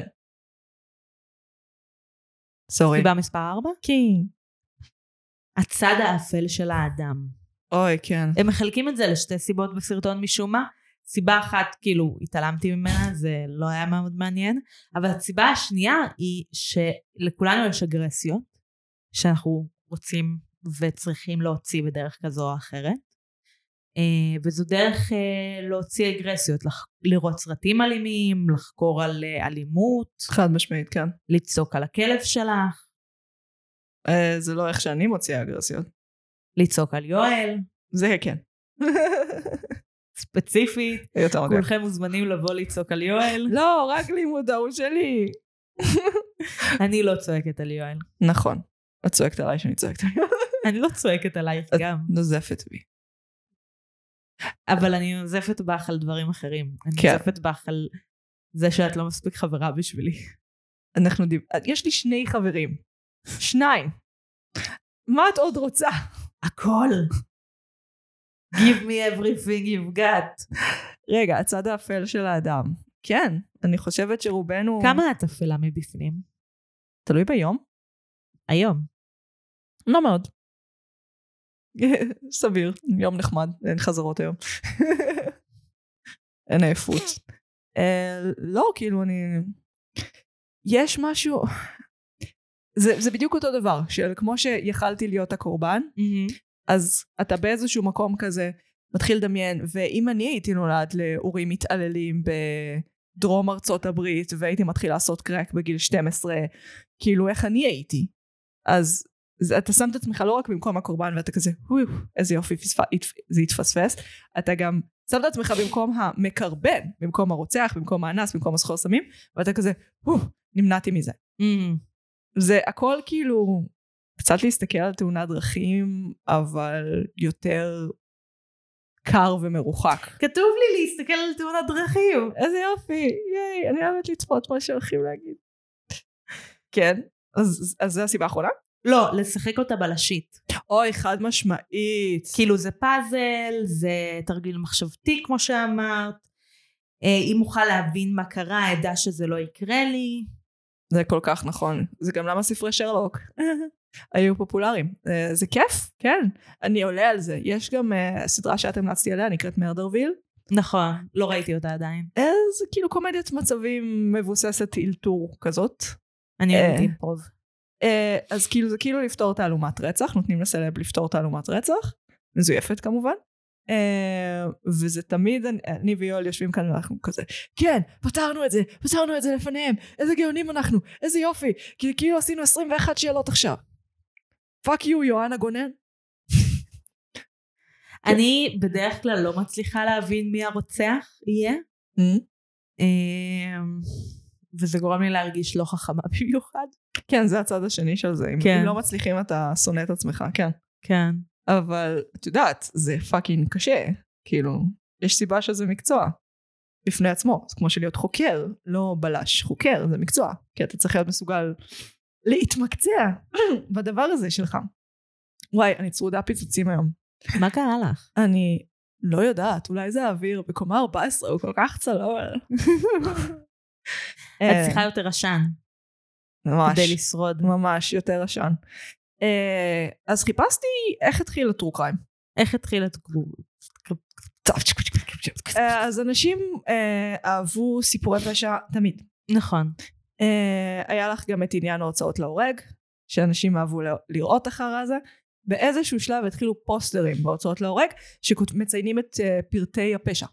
סורי. סיבה מספר 4? כן. הצד האפל של האדם. אוי, כן. הם מחלקים את זה לשתי סיבות בסרטון משום מה. סיבה אחת, כאילו, התעלמתי ממנה, זה לא היה מאוד מעניין, אבל הסיבה השנייה היא שלכולנו יש אגרסיות, שאנחנו רוצים וצריכים להוציא בדרך כזו או אחרת. וזו דרך להוציא אגרסיות, לראות סרטים אלימים, לחקור על אלימות. חד משמעית, כן. לצעוק על הכלב שלך. זה לא איך שאני מוציאה אגרסיות. לצעוק על יואל. זה כן. ספציפית. יותר מגע. כולכם מוזמנים לבוא לצעוק על יואל. לא, רק לימוד ההוא שלי. אני לא צועקת על יואל. נכון. את צועקת עליי שאני צועקת על יואל. אני לא צועקת עלייך גם. את נוזפת בי. אבל אני נוזפת בך על דברים אחרים. אני כן. נוזפת בך על זה שאת לא מספיק חברה בשבילי. יש לי 2 חברים. 2. מה את עוד רוצה? הכל. Give me everything you've got. רגע, הצד האפל של האדם. כן, אני חושבת שרובנו... כמה את אפלה מבפנים? תלוי ביום? היום. לא מאוד. סביר, יום נחמד, אין חזרות היום. אין עייפות. לא, כאילו אני... יש משהו... זה בדיוק אותו דבר, כמו שיכלתי להיות הקורבן, אז אתה באיזשהו מקום כזה מתחיל לדמיין, ואם אני הייתי נולד להורים מתעללים בדרום ארצות הברית, והייתי מתחיל לעשות קרק בגיל 12, כאילו איך אני הייתי, אז אתה שם את עצמך לא רק במקום הקורבן, ואתה כזה, איזה יופי, זה יתפספס, אתה גם שם את עצמך במקום המקרבן, במקום הרוצח, במקום האנס, במקום הסחור סמים, ואתה כזה, נמנעתי מזה. זה הכל כאילו, קצת להסתכל על תאונת דרכים, אבל יותר קר ומרוחק. כתוב לי להסתכל על תאונת דרכים. איזה יופי, ייי, אני אוהבת לצפות מה שהולכים להגיד. כן, אז זה הסיבה האחרונה? לא, לשחק אותה בלשית. אוי, חד משמעית. כאילו זה פאזל, זה תרגיל מחשבתי כמו שאמרת. אם אוכל להבין מה קרה, אדע שזה לא יקרה לי. זה כל כך נכון. זה גם למה ספרי שרלוק היו פופולריים. זה כיף, כן. אני עולה על זה. יש גם סדרה שאת המלצתי עליה, נקראת מרדרוויל. נכון, לא ראיתי אותה עדיין. זה כאילו קומדיית מצבים מבוססת אילתור כזאת. אני אוהבת אימפרוב. אז כאילו זה כאילו לפתור תעלומת רצח, נותנים לסלב לפתור תעלומת רצח, מזויפת כמובן. וזה תמיד אני ויואל יושבים כאן ואנחנו כזה כן פתרנו את זה לפניהם, איזה גאונים אנחנו, איזה יופי, כאילו עשינו 21 שאלות עכשיו. פאק יו יואנה גונן. אני בדרך כלל לא מצליחה להבין מי הרוצח יהיה, וזה גורם לי להרגיש לא חכמה במיוחד. כן, זה הצד השני של זה, אם לא מצליחים אתה שונא את עצמך. כן. אבל את יודעת, זה פאקינג קשה, כאילו, יש סיבה שזה מקצוע בפני עצמו, זה כמו שלהיות חוקר, לא בלש, חוקר זה מקצוע, כי אתה צריך להיות מסוגל להתמקצע בדבר הזה שלך. וואי, אני צרודה פיצוצים היום. מה קרה לך? אני לא יודעת, אולי זה האוויר, בקומה 14 הוא כל כך צלול. את צריכה יותר עשן. ממש. כדי לשרוד. ממש, יותר עשן. אז חיפשתי איך התחיל הטרו קריים. איך התחיל הטרו? אז אנשים אהבו סיפורי פשע תמיד. נכון. היה לך גם את עניין ההוצאות להורג, שאנשים אהבו לראות אחר הזה. באיזשהו שלב התחילו פוסטרים בהוצאות להורג, שמציינים את פרטי הפשע.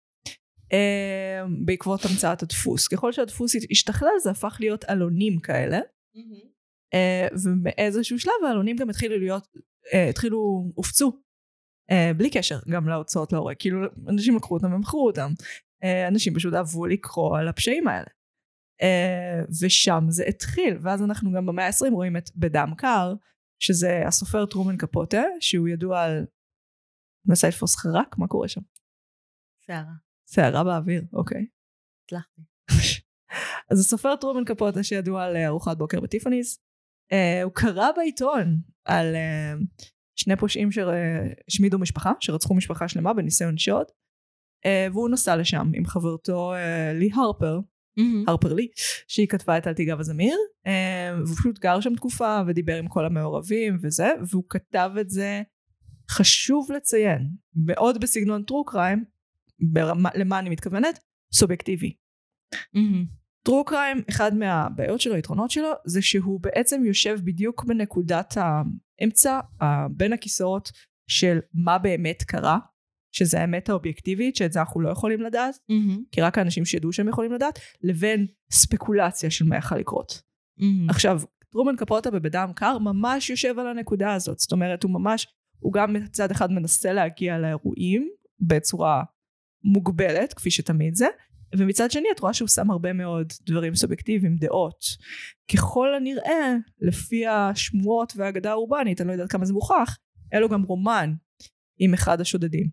בעקבות המצאת הדפוס. ככל שהדפוס השתכלל, זה הפך להיות אלונים כאלה. ומאיזשהו שלב האלונים גם הופצו בלי קשר גם להוצאות להורג, כאילו אנשים לקחו אותם ומכרו אותם, אנשים פשוט אהבו לקרוא על הפשעים האלה, ושם זה התחיל. ואז אנחנו גם במאה ה-20 רואים את בדם קר, שזה הסופר טרומן קפוטה, שהוא ידוע על נסה לתפוס חרק, מה קורה שם? שערה באוויר, אוקיי, הצלחתי. אז הסופר טרומן קפוטה שידוע על ארוחת בוקר בטיפאניס, הוא קרא בעיתון על שני פושעים שהשמידו משפחה, שרצחו משפחה שלמה בניסיון שוד, והוא נסע לשם עם חברתו לי הרפר לי, שהיא כתבה את אל תיגע וזמיר, והוא פשוט גר שם תקופה ודיבר עם כל המעורבים וזה, והוא כתב את זה, חשוב לציין, מאוד בסגנון טרו קריים, למה אני מתכוונת? סובייקטיבי. טרו קריים, אחד מהבעיות שלו, היתרונות שלו, זה שהוא בעצם יושב בדיוק בנקודת האמצע, בין הכיסאות של מה באמת קרה, שזה האמת האובייקטיבית, שאת זה אנחנו לא יכולים לדעת, כי רק האנשים שידעו שהם יכולים לדעת, לבין ספקולציה של מה יכול לקרות. עכשיו, טרומן קפוטה בבדם קר ממש יושב על הנקודה הזאת, זאת אומרת, הוא גם מצד אחד מנסה להגיע לאירועים, בצורה מוגבלת, כפי שתמיד זה, ומצד שני את רואה שהוא שם הרבה מאוד דברים סובייקטיביים, דעות. ככל הנראה, לפי השמועות והאגדה האורבנית, אני לא יודעת כמה זה מוכח, היה לו גם רומן עם אחד השודדים.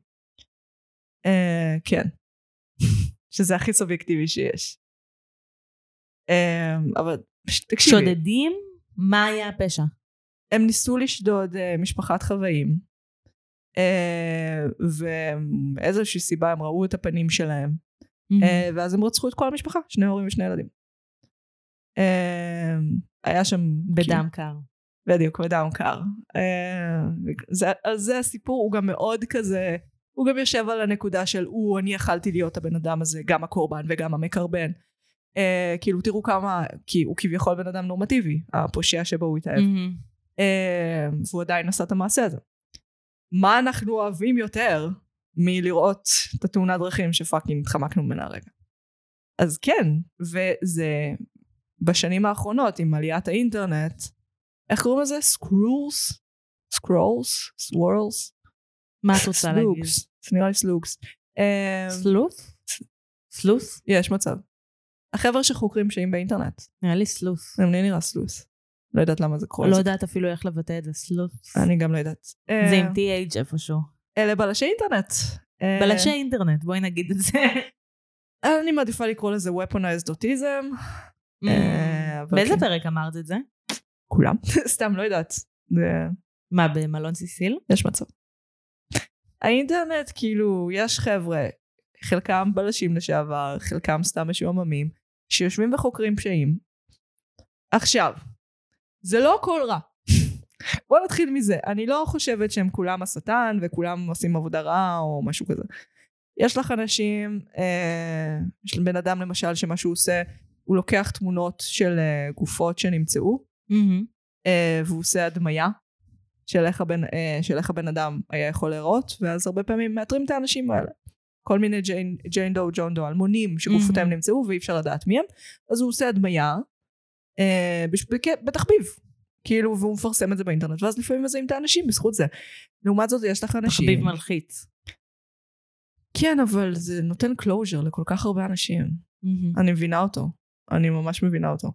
כן. שזה הכי סובייקטיבי שיש. אבל תקשיבי. שודדים? מה היה הפשע? הם ניסו לשדוד משפחת חוואים, ואיזושהי סיבה הם ראו את הפנים שלהם, ואז הם רצחו את כל המשפחה, 2 הורים ו2 ילדים. היה שם... בדם קר. בדיוק, בדם קר. אז זה הסיפור, הוא גם מאוד כזה, הוא גם יושב על הנקודה של, אני יכלתי להיות הבן אדם הזה, גם הקורבן וגם המקרבן. כאילו תראו כמה, כי הוא כביכול בן אדם נורמטיבי, הפושע שבו הוא התאהב. והוא עדיין עשה את המעשה הזה. מה אנחנו אוהבים יותר מלראות את התאונת דרכים שפאקינג התחמקנו ממנה הרגע? אז כן, וזה בשנים האחרונות עם עליית האינטרנט, איך קוראים לזה? סוורלס? מה את רוצה להגיד? זה נראה לי סלוקס. סלוס? יש מצב. החבר'ה שחוקרים פשעים באינטרנט. נראה לי סלוס. אני נראה סלוס. לא יודעת למה זה קורה. לא יודעת אפילו איך לבטא את זה, סלוס. אני גם לא יודעת. זה עם TH איפשהו. אלה בלשי אינטרנט. בלשי אינטרנט, בואי נגיד את זה. אני מעדיפה לקרוא לזה weaponized autism. באיזה פרק אמרת את זה? כולם. סתם לא יודעת. מה, במלון סיסיל? יש מצב. האינטרנט, כאילו, יש חבר'ה, חלקם בלשים לשעבר, חלקם סתם משועממים, שיושבים וחוקרים פשעים. עכשיו, זה לא הכל רע. בוא נתחיל מזה. אני לא חושבת שהם כולם השטן, וכולם עושים עבודה רעה, או משהו כזה. יש לך אנשים, יש בן אדם למשל, שמה שהוא עושה, הוא לוקח תמונות של גופות שנמצאו, והוא עושה הדמיה, של איך הבן אדם היה יכול לראות, ואז הרבה פעמים מאתרים את האנשים האלה. כל מיני ג'יין דו, ג'ון דו, אלמונים שגופותיהם נמצאו, ואי אפשר לדעת מי הם, אז הוא עושה הדמיה, בתחביב, כאילו, והוא מפרסם את זה באינטרנט, ואז לפעמים מזהים את האנשים בזכות זה. לעומת זאת, יש לך אנשים... תחביב מלחיץ. כן, אבל זה נותן קלוז'ר לכל כך הרבה אנשים. אני מבינה אותו. אני ממש מבינה אותו.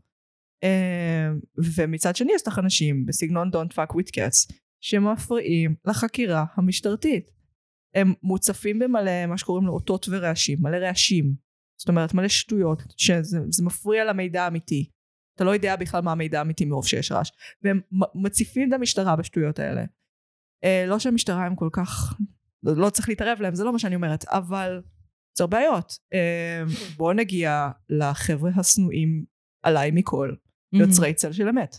ומצד שני, יש לך אנשים בסגנון Don't fuck with cats, שמפריעים לחקירה המשטרתית. הם מוצפים במלא, מה שקוראים לו אותות ורעשים, מלא רעשים. זאת אומרת, מלא שטויות, שזה מפריע למידע האמיתי. אתה לא יודע בכלל מה המידע האמיתי מרוב שיש רעש. והם מציפים את המשטרה בשטויות האלה. לא שהמשטרה הם כל כך, לא צריך להתערב להם, זה לא מה שאני אומרת, אבל זה בעיות. בואו נגיע לחבר'ה הסנועים עליי מכל, יוצרי צל של אמת.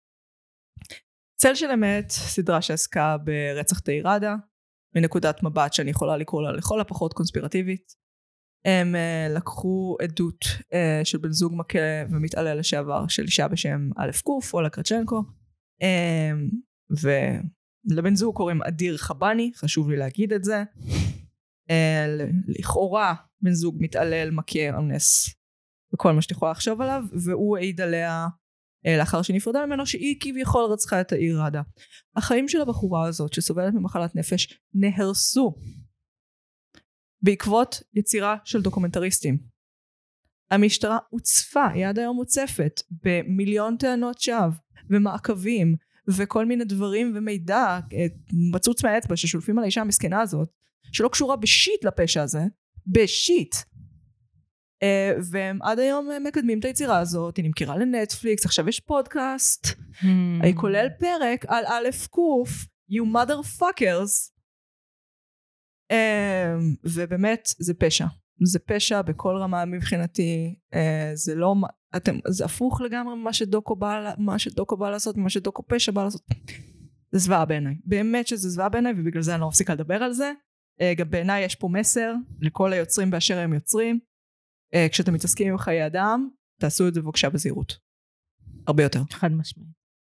צל של אמת, סדרה שעסקה ברצח תאיראדה, מנקודת מבט שאני יכולה לקרוא לה לכל הפחות קונספירטיבית. הם לקחו עדות של בן זוג מכה ומתעלל לשעבר של אישה בשם א' קוף, אולה קרצ'נקו, ולבן זוג קוראים אדיר חבני, חשוב לי להגיד את זה. לכאורה בן זוג מתעלל, מכה, אונס, וכל מה שתכולה לחשוב עליו, והוא העיד עליה לאחר שנפרדה ממנו שהיא כביכול רצחה את תאיראדה. החיים של הבחורה הזאת שסובלת ממחלת נפש נהרסו בעקבות יצירה של דוקומנטריסטים. המשטרה הוצפה, היא עד היום מוצפת במיליון טענות שווא ומעקבים וכל מיני דברים ומידע מצוץ מהאצבע ששולפים על האישה המסכנה הזאת, שלא קשורה בשיט לפשע הזה, בשיט. והם עד היום מקדמים את היצירה הזאת, היא נמכרה לנטפליקס, עכשיו יש פודקאסט, היא כולל פרק על א' קוף, you motherfuckers, ובאמת זה פשע. זה פשע בכל רמה מבחינתי, זה לא, זה הפוך לגמרי ממה שדוקו בא לעשות, ממה שדוקו פשע בא לעשות. זה זוועה בעיניי. באמת שזה זוועה בעיניי, ובגלל זה אני לא מפסיקה לדבר על זה. גם בעיניי יש פה מסר לכל היוצרים באשר הם יוצרים. כשאתם מתעסקים עם חיי אדם, תעשו את זה בבקשה בזהירות. הרבה יותר. חד משמעית.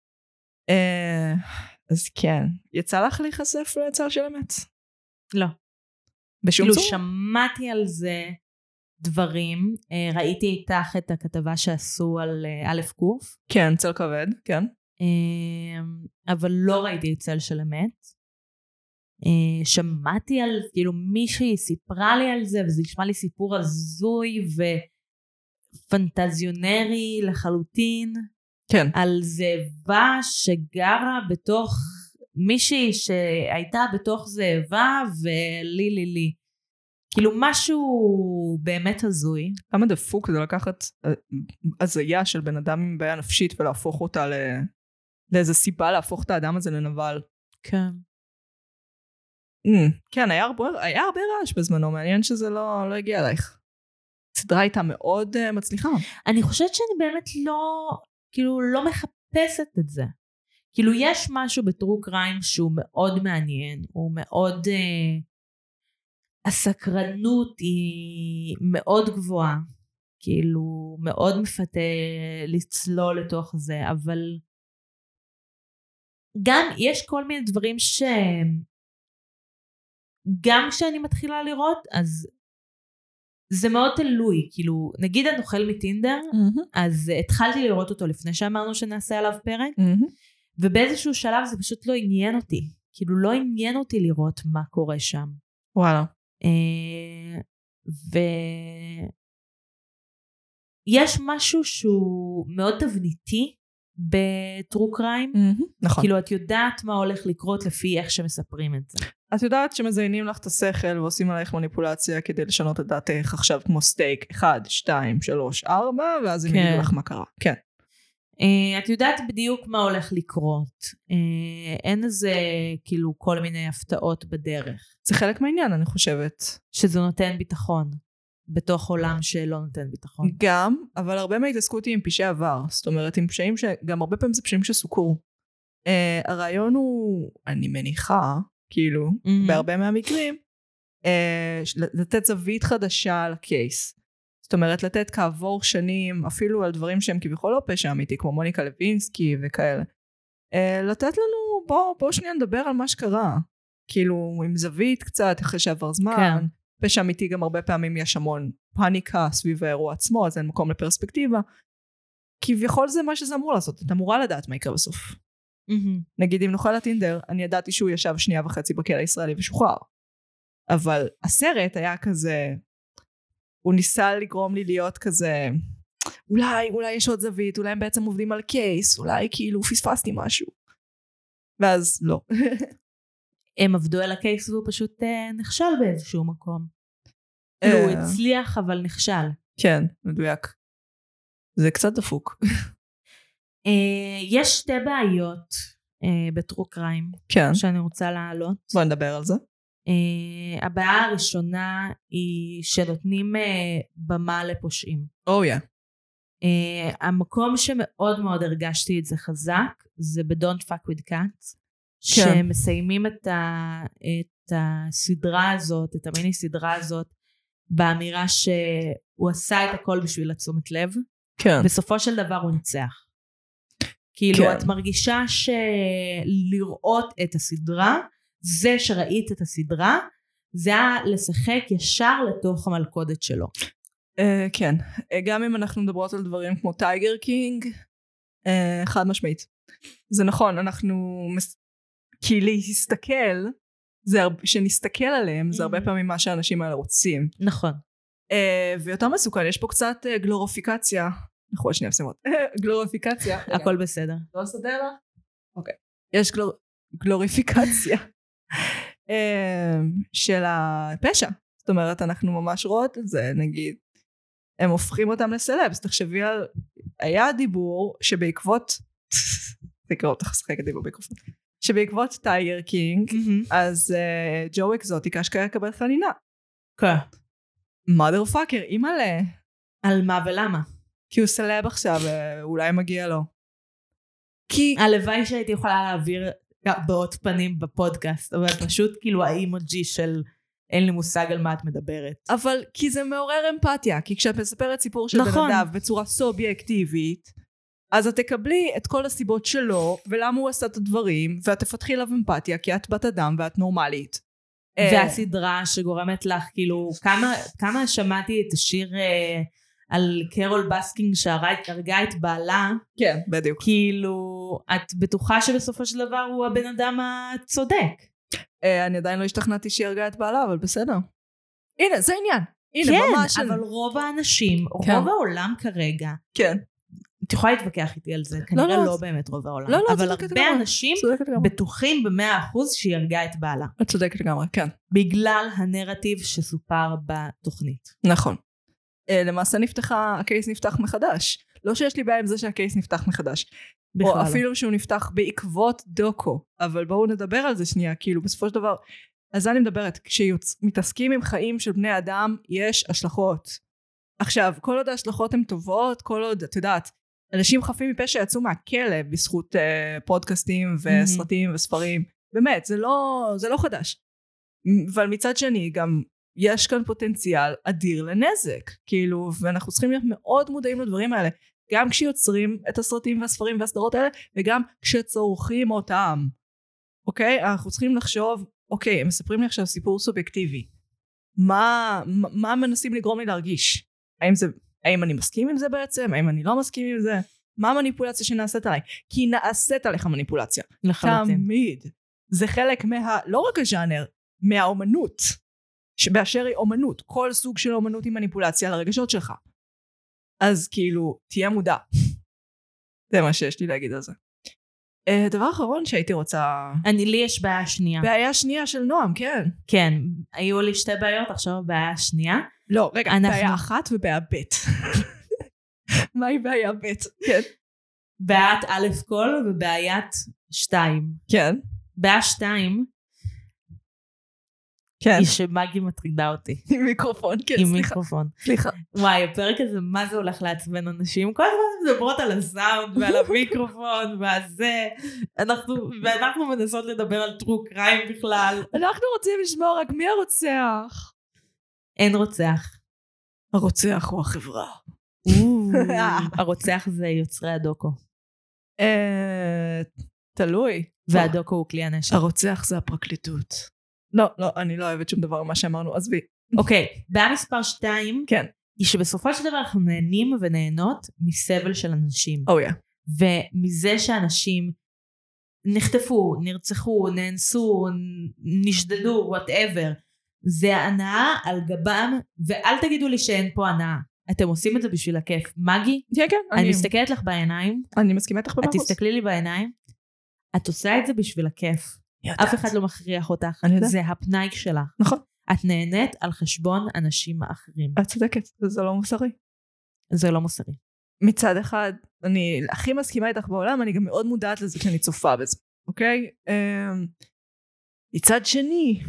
אז כן. יצא לך להיחשף לצל של אמת? לא. בשום כאילו צורה? שמעתי על זה דברים, ראיתי איתך את הכתבה שעשו על א' ק'. כן, צל כבד, כן. אבל לא ראיתי את צל של אמת. שמעתי על, כאילו מישהי סיפרה לי על זה, וזה נשמע לי סיפור הזוי ופנטזיונרי לחלוטין. כן. על זאבה שגרה בתוך, מישהי שהייתה בתוך זאבה ולי. כאילו משהו באמת הזוי. כמה דפוק זה לקחת הזיה של בן אדם עם בעיה נפשית ולהפוך אותה לאיזה סיבה להפוך את האדם הזה לנבל. כן. כן, היה הרבה רעש בזמנו, מעניין שזה לא הגיע אלייך. הסדרה הייתה מאוד מצליחה. אני חושבת שאני באמת לא מחפשת את זה. כאילו יש משהו בטרו קריים שהוא מאוד מעניין, הוא מאוד, הסקרנות היא מאוד גבוהה, כאילו מאוד מפתה לצלול לתוך זה, אבל גם יש כל מיני דברים גם כשאני מתחילה לראות, אז זה מאוד תלוי, כאילו, נגיד הנוכל מטינדר, אז התחלתי לראות אותו לפני שאמרנו שנעשה עליו פרק, ובאיזשהו שלב זה פשוט לא עניין אותי, כאילו לא עניין אותי לראות מה קורה שם. וואלה. ויש משהו שהוא מאוד תבניתי בטרו קריים, נכון. כאילו את יודעת מה הולך לקרות לפי איך שמספרים את זה. את יודעת שמזיינים לך את השכל ועושים עלייך מניפולציה כדי לשנות את דעתך עכשיו כמו סטייק 1, 2, 3, 4 ואז הם יגידו לך מה קרה. כן. את יודעת בדיוק מה הולך לקרות. אין איזה כאילו כל מיני הפתעות בדרך. זה חלק מהעניין אני חושבת. שזה נותן ביטחון בתוך עולם שלא נותן ביטחון. גם, אבל הרבה מההתעסקות היא עם פשעי עבר. זאת אומרת עם פשעים שגם הרבה פעמים זה פשעים שסוכרו. הרעיון הוא, אני מניחה, כאילו, בהרבה מהמקרים, לתת זווית חדשה לקייס. זאת אומרת, לתת כעבור שנים, אפילו על דברים שהם כביכול לא פשע אמיתי, כמו מוניקה לוינסקי וכאלה. לתת לנו, בוא שנייה נדבר על מה שקרה. כאילו, עם זווית קצת, אחרי שעבר זמן. כן. פשע אמיתי גם הרבה פעמים יש המון פאניקה סביב האירוע עצמו, אז אין מקום לפרספקטיבה. כביכול זה מה שזה אמור לעשות, את אמורה לדעת מה יקרה בסוף. נגיד אם נוכל לטינדר, אני ידעתי שהוא ישב 2.5 בכלא הישראלי ושוחרר. אבל הסרט היה כזה, הוא ניסה לגרום לי להיות כזה, אולי יש עוד זווית, אולי הם בעצם עובדים על קייס, אולי כאילו פספסתי משהו. ואז לא. הם עבדו על הקייס והוא פשוט נכשל באיזשהו מקום. הוא הצליח אבל נכשל. כן, מדויק. זה קצת דפוק. יש שתי בעיות בטרו קריים שאני רוצה להעלות. בוא נדבר על זה. הבעיה הראשונה היא שנותנים במה לפושעים. המקום שמאוד מאוד הרגשתי את זה חזק, זה ב-Don't Fuck With Cats, שמסיימים את הסדרה הזאת, את המיני סדרה הזאת, באמירה שהוא עשה את הכל בשביל לתשומת לב. בסופו של דבר הוא ניצח. כאילו את מרגישה שלראות את הסדרה, זה שראית את הסדרה, זה היה לשחק ישר לתוך המלכודת שלו. כן, גם אם אנחנו מדברות על דברים כמו טייגר קינג, חד משמעית. זה נכון, אנחנו כי להסתכל, שנסתכל עליהם, זה הרבה פעמים מה שהאנשים האלה רוצים. נכון. ויותר מסוכן, יש פה קצת גלוריפיקציה, אנחנו עוד שנייה פסימות, גלוריפיקציה. הכל בסדר. לא סדר לך? אוקיי. יש גלוריפיקציה של הפשע. זאת אומרת, אנחנו ממש רואות את זה, נגיד, הם הופכים אותם לסלבס. תחשבי על, היה דיבור שבעקבות, תקרא אותך שחק את דיבור בעקבות, שבעקבות טייגר קינג, אז ג'ו אקזוטיק אשכרה יקבל חנינה. כן. mother fucker, אימאלה. על מה ולמה? כי הוא סלב עכשיו, אולי מגיע לו. כי... הלוואי שהייתי יכולה להעביר באות פנים בפודקאסט, אבל פשוט כאילו האימוג'י של אין לי מושג על מה את מדברת. אבל כי זה מעורר אמפתיה, כי כשאת מספרת סיפור של נכון. בן אדם בצורה סובייקטיבית, אז את תקבלי את כל הסיבות שלו, ולמה הוא עשה את הדברים, ואת תפתחי אליו אמפתיה, כי את בת אדם ואת נורמלית. והסדרה שגורמת לך, כאילו, כמה שמעתי את השיר על קרול בסקינג שהרגה את בעלה. כן, בדיוק. כאילו, את בטוחה שבסופו של דבר הוא הבן אדם הצודק. אני עדיין לא השתכנעתי שהיא הרגה את בעלה, אבל בסדר. הנה, זה עניין. הנה, כן, ממש... אבל רוב האנשים, כן. רוב העולם כרגע, כן. את יכולה להתווכח איתי על זה, כנראה לא באמת רוב העולם. לא, אבל הרבה אנשים בטוחים ב100% שהיא הרגה את בעלה. את צודקת לגמרי, כן. בגלל הנרטיב שסופר בתוכנית. נכון. למעשה הקייס נפתח מחדש. לא שיש לי בעיה עם זה שהקייס נפתח מחדש. או אפילו שהוא נפתח בעקבות דוקו. אבל בואו נדבר על זה שנייה, כאילו בסופו של דבר, אז אני מדברת, כשמתעסקים עם חיים של בני אדם, יש השלכות. עכשיו, כל עוד ההשלכות הן טובות, כל עוד, את יודעת, אנשים חפים מפשע יצאו מהכלא בזכות פודקאסטים וסרטים וספרים. באמת, זה לא חדש. אבל מצד שני, גם יש כאן פוטנציאל אדיר לנזק. כאילו, ואנחנו צריכים להיות מאוד מודעים לדברים האלה. גם כשיוצרים את הסרטים והספרים והסדרות האלה, וגם כשצורכים אותם. אוקיי? אנחנו צריכים לחשוב, אוקיי, הם מספרים לי עכשיו סיפור סובייקטיבי. מה מנסים לגרום לי להרגיש? האם אני מסכים עם זה בעצם? האם אני לא מסכים עם זה? מה המניפולציה שנעשית עליי? כי נעשית עליך מניפולציה. לחלוטין. תמיד. זה חלק לא רק הז'אנר, מהאומנות. שבאשר היא אומנות. כל סוג של אומנות היא מניפולציה על הרגשות שלך. אז כאילו, תהיה מודע. זה מה שיש לי להגיד על זה. דבר אחרון שהייתי רוצה... לי יש בעיה שנייה. בעיה שנייה של נועם, כן. כן, היו לי שתי בעיות, עכשיו בעיה שנייה. לא, רגע, בעיה אחת ובעיה ב'. מהי בעיה ב'? כן. בעיית א' כל ובעיית 2. כן. בעיה 2, כן. היא שמגי מטרידה אותי. עם מיקרופון, כן, עם סליחה. מיקרופון. סליחה. וואי, הפרק הזה, מה זה הולך לעצבן אנשים? כל הזמן מדברות על הסאונד ועל המיקרופון והזה. ואנחנו מנסות לדבר על טרו קריים בכלל. אנחנו רוצים לשמוע רק מי הרוצח. אין רוצח. הרוצח הוא החברה. הרוצח זה יוצרי הדוקו. תלוי. והדוקו הוא כלי הנשק. הרוצח זה הפרקליטות. לא, אני לא אוהבת שום דבר ממה שאמרנו, עזבי. אוקיי, בעיה מספר 2, כן. היא שבסופו של דבר אנחנו נהנים ונהנות מסבל של אנשים. Oh, yeah. ומזה שאנשים נחטפו, נרצחו, נאנסו, נשדדו, whatever, זה הנאה על גבם, ואל תגידו לי שאין פה הנאה. אתם עושים את זה בשביל הכיף. מגי? כן, כן. אני מסתכלת לך בעיניים. אני מסכימה איתך במחוז. את תסתכלי לי בעיניים. את עושה את זה בשביל הכיף. אף אחד לא מכריח אותך. זה הפנאי שלך. נכון. את נהנית על חשבון אנשים האחרים. את צודקת, זה לא מוסרי. זה לא מוסרי. מצד אחד, אני הכי מסכימה איתך בעולם, אני גם מאוד מודעת לזה כשאני צופה בזה, אוקיי? מצד שני,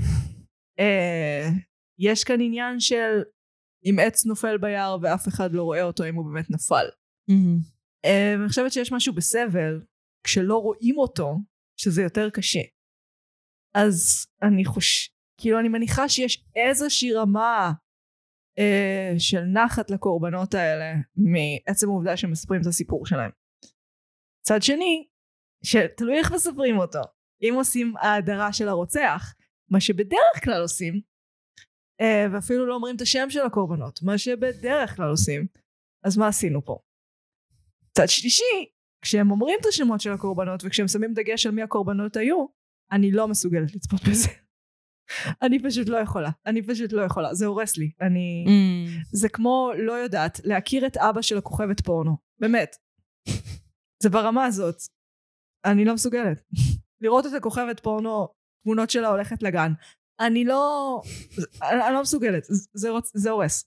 יש כאן עניין של אם עץ נופל ביער ואף אחד לא רואה אותו אם הוא באמת נפל. אני חושבת שיש משהו בסבל, כשלא רואים אותו, שזה יותר קשה. אז אני מניחה שיש איזושהי רמה של נחת לקורבנות האלה, מעצם העובדה שהם מספרים את הסיפור שלהם. צד שני, שתלוי איך מספרים אותו. אם עושים ההדרה של הרוצח, מה שבדרך כלל עושים, ואפילו לא אומרים את השם של הקורבנות, מה שבדרך כלל עושים, אז מה עשינו פה? צד שלישי, כשהם אומרים את השמות של הקורבנות, וכשהם שמים דגש על מי הקורבנות היו, אני לא מסוגלת לצפות בזה. אני פשוט לא יכולה. זה הורס לי. זה כמו, לא יודעת, להכיר את אבא של הכוכבת פורנו. באמת. זה ברמה הזאת. אני לא מסוגלת. לראות את הכוכבת פורנו, תמונות שלה הולכת לגן. אני לא מסוגלת. זה הורס.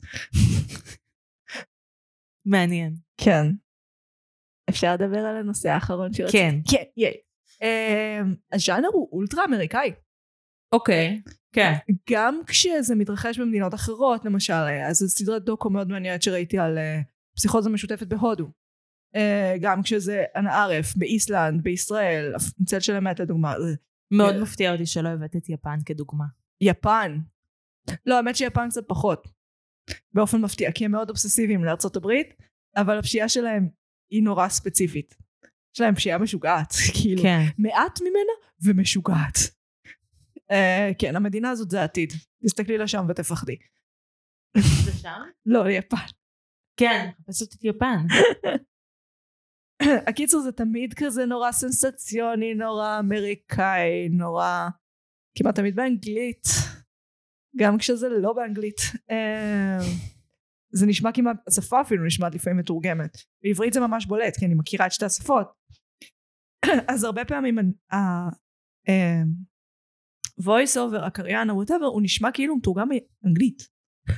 מעניין. כן. אפשר לדבר על הנושא האחרון שרציתי? כן. כן, יאי. הז'אנר הוא אולטרה אמריקאי. אוקיי, כן. גם כשזה מתרחש במדינות אחרות, למשל, אז זו סדרת דוקו מאוד מעניינת שראיתי על פסיכוזה משותפת בהודו. גם כשזה ערף, באיסלנד, בישראל, מצד של אמת לדוגמה. מאוד מפתיע אותי שלא הבאת את יפן כדוגמה. יפן. לא, האמת שיפן קצת פחות. באופן מפתיע, כי הם מאוד אובססיביים לארצות הברית, אבל הפשיעה שלהם היא נורא ספציפית. יש להם פשיעה משוגעת, כאילו, כן. מעט ממנה ומשוגעת. כן, המדינה הזאת זה העתיד. תסתכלי לשם ותפחדי. זה שם? לא, ליפן. כן, פשוט את יפן. הקיצור זה תמיד כזה נורא סנסציוני, נורא אמריקאי, נורא כמעט תמיד באנגלית, גם כשזה לא באנגלית. זה נשמע כמעט, השפה אפילו נשמעת לפעמים מתורגמת. בעברית זה ממש בולט, כי אני מכירה את שתי השפות. אז הרבה פעמים voice over, הקריין, או whatever, הוא נשמע כאילו מתורגם מאנגלית.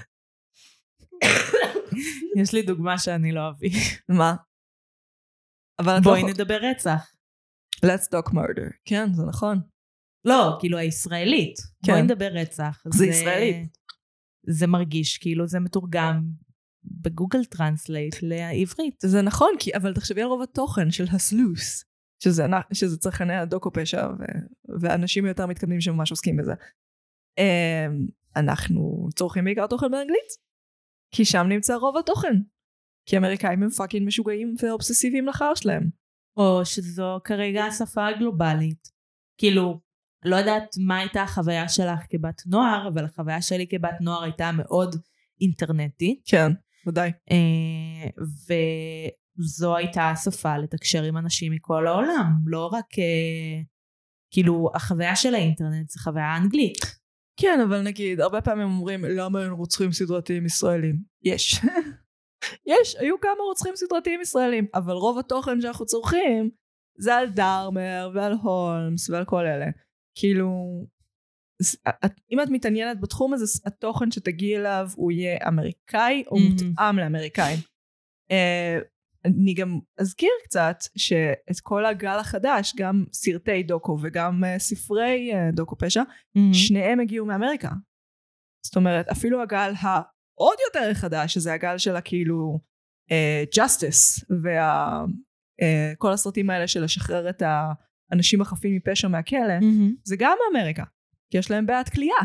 יש לי דוגמה שאני לא אביא. מה? בואי נדבר רצח. Let's talk murder. כן, זה נכון. לא, כאילו הישראלית. כן. בואי נדבר רצח. זה ישראלית. זה מרגיש כאילו זה מתורגם בגוגל טרנסלייט לעברית. זה נכון, אבל תחשבי על רוב התוכן של הסלוס, שזה צרכני הדוקו פשע, ואנשים יותר מתקדמים שממש עוסקים בזה. אנחנו צורכים בעיקר תוכן באנגלית, כי שם נמצא רוב התוכן. כי אמריקאים הם פאקינג משוגעים ואובססיביים לחר שלהם. או שזו כרגע השפה הגלובלית. כאילו, לא יודעת מה הייתה החוויה שלך כבת נוער, אבל החוויה שלי כבת נוער הייתה מאוד אינטרנטית. כן, ודאי. וזו הייתה השפה לתקשר עם אנשים מכל העולם. לא רק, כאילו, החוויה של האינטרנט זה חוויה אנגלית. כן, אבל נגיד, הרבה פעמים אומרים, למה הם רוצחים סדרתיים ישראלים? יש. יש, היו כמה רוצחים סדרתיים ישראלים, אבל רוב התוכן שאנחנו צורכים, זה על דרמר ועל הולמס ועל כל אלה. כאילו, אם את מתעניינת בתחום הזה, התוכן שתגיעי אליו הוא יהיה אמריקאי או מותאם לאמריקאים. אני גם אזכיר קצת שאת כל הגל החדש, גם סרטי דוקו וגם ספרי דוקו פשע, שניהם הגיעו מאמריקה. זאת אומרת, אפילו הגל העוד יותר חדש, שזה הגל של כאילו justice, וכל הסרטים האלה של לשחרר את האנשים החפים מפשע מהכלא, זה גם מאמריקה, כי יש להם בעיית כליאה.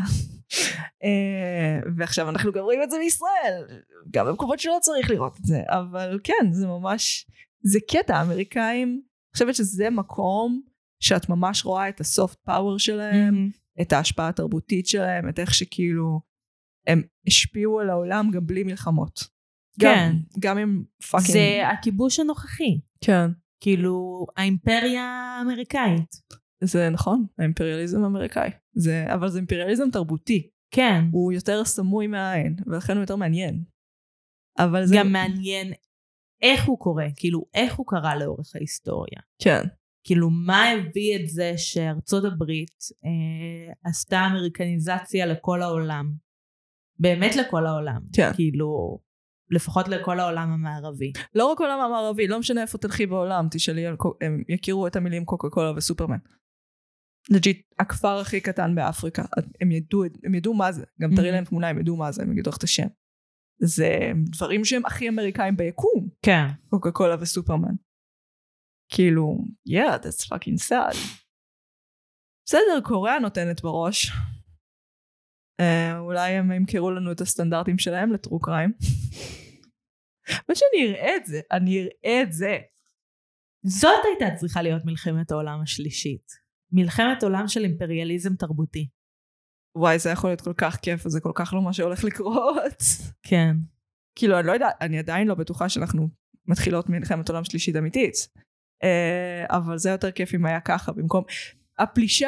ועכשיו אנחנו גם רואים את זה בישראל, גם במקומות שלא צריך לראות את זה, אבל כן, זה ממש, זה קטע, האמריקאים, אני חושבת שזה מקום שאת ממש רואה את הסופט פאוור שלהם, את ההשפעה התרבותית שלהם, את איך שכאילו הם השפיעו על העולם גם בלי מלחמות. כן. גם עם פאקינג. זה הכיבוש הנוכחי. כן. כאילו, האימפריה האמריקאית. זה נכון, האימפריאליזם האמריקאי. אבל זה אימפריאליזם תרבותי. כן. הוא יותר סמוי מהעין, ולכן הוא יותר מעניין. אבל זה גם מעניין איך הוא קורה, כאילו, איך הוא קרה לאורך ההיסטוריה. כן. כאילו, מה הביא את זה שארצות הברית עשתה אמריקניזציה לכל העולם? באמת לכל העולם. כן. כאילו, לפחות לכל העולם המערבי. לא רק העולם המערבי, לא משנה איפה תלכי בעולם, תשאלי, הם יכירו את המילים קוקה קולה וסופרמן. לג'יט, הכפר הכי קטן באפריקה, הם ידעו מה זה, גם תראי להם תמונה, הם ידעו מה זה, הם יגידו לך את השם. זה דברים שהם הכי אמריקאים ביקום. כן. קוקה קולה וסופרמן. כאילו, yeah, that's fucking sad. בסדר, קוריאה נותנת בראש. אולי הם ימכרו לנו את הסטנדרטים שלהם לטרו קריים. מה שאני אראה את זה, אני אראה את זה. זאת הייתה צריכה להיות מלחמת העולם השלישית. מלחמת עולם של אימפריאליזם תרבותי. וואי, זה יכול להיות כל כך כיף, וזה כל כך לא מה שהולך לקרות. כן. כאילו, אני לא יודעת, אני עדיין לא בטוחה שאנחנו מתחילות מלחמת עולם שלישית אמיתית. אבל זה יותר כיף אם היה ככה, במקום הפלישה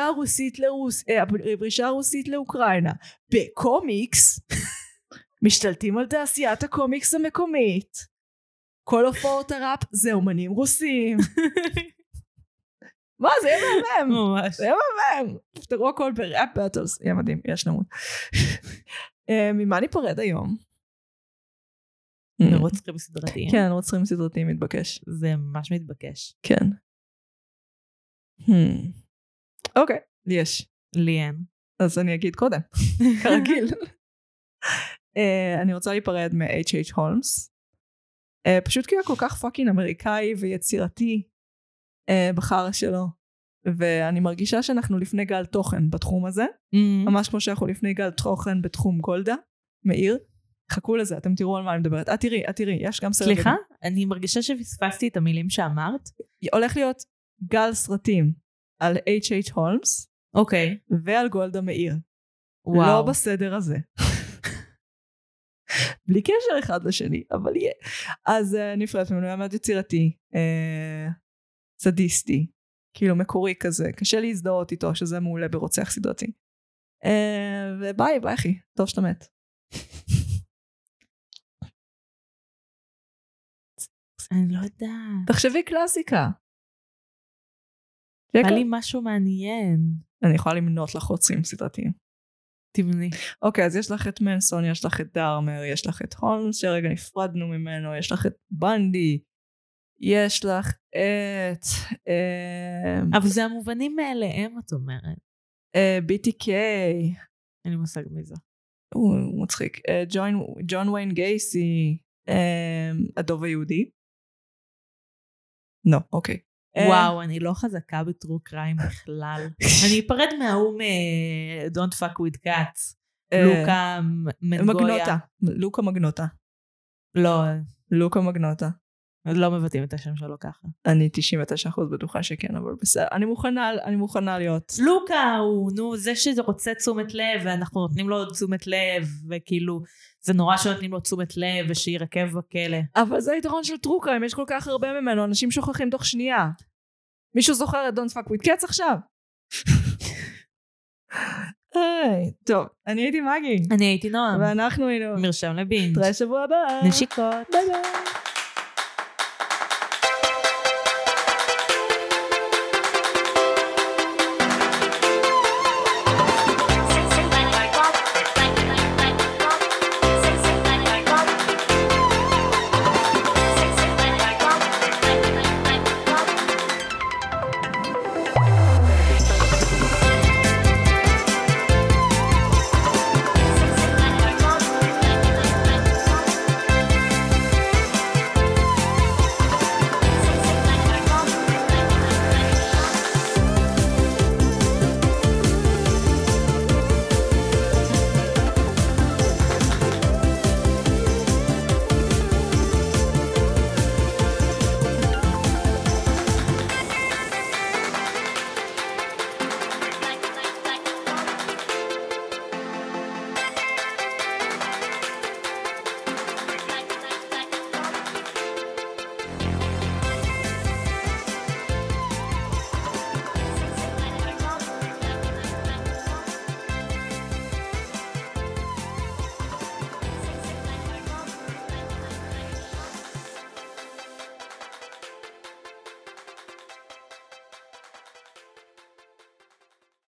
הרוסית לאוקראינה, בקומיקס, משתלטים על תעשיית הקומיקס המקומית. כל הופעות הראפ זה אומנים רוסים. מה, זה יהיה מהמם. ממש. זה יהיה מהמם. תפתרו הכל בראפ באטלס. יהיה מדהים, יש למות. ממה ניפרד היום? רוצחים סדרתיים. כן, רוצחים סדרתיים מתבקש. זה ממש מתבקש. כן. אוקיי, לי יש. לי אין. אז אני אגיד קודם, כרגיל. אני רוצה להיפרד מ-H.H. הולמס. פשוט כי הוא כל כך פאקינג אמריקאי ויצירתי בחרה שלו. ואני מרגישה שאנחנו לפני גל תוכן בתחום הזה, ממש כמו שאנחנו לפני גל תוכן בתחום גולדה, מאיר. חכו לזה, אתם תראו על מה אני מדברת. תראי, יש גם סרט. סליחה? אני מרגישה שפספסתי את המילים שאמרת. הולך להיות גל סרטים על H.H. הולמס, אוקיי. ועל גולדה מאיר. וואו. לא בסדר הזה. בלי קשר אחד לשני, אבל יהיה. אז נפלט ממנו, מאוד יצירתי, סדיסטי, כאילו מקורי כזה, קשה להזדהות איתו, שזה מעולה ברוצח סדרתי. וביי אחי, טוב שאתה מת. אני לא יודעת. תחשבי קלאסיקה. בא לי משהו מעניין. אני יכולה למנות לך רוצים סדרתיים. תמני. אוקיי, אז יש לך את מנסון, יש לך את דארמר, יש לך את הולמס, שרגע נפרדנו ממנו, יש לך את בנדי, יש לך את... אבל זה המובנים מאליהם, את אומרת. BTK. אין לי מושג מזה. הוא מצחיק. ג'ון ויין גייסי, הדוב היהודי. לא, אוקיי. וואו, אני לא חזקה בטרו קריים בכלל. אני אפרד מהאום Don't fuck with cats. לוקה מנגויה. לוקה מגנוטה. לא. לוקה מגנוטה. לא מבטאים את השם שלו ככה. אני 99% בטוחה שכן, אבל בסדר. אני מוכנה להיות. לוקה הוא, זה שזה רוצה תשומת לב, ואנחנו נותנים לו תשומת לב, וכאילו, זה נורא שנותנים לו תשומת לב, ושירקב בכלא. אבל זה היתרון של טרו קריים, יש כל כך הרבה ממנו, אנשים שוכחים תוך שנייה. מישהו זוכר את Don't fuck with cats עכשיו? טוב, אני הייתי מגי. אני הייתי נועם. ואנחנו היינו מרשם לבינג'. תראה שבוע הבא. נשיקות. ביי ביי.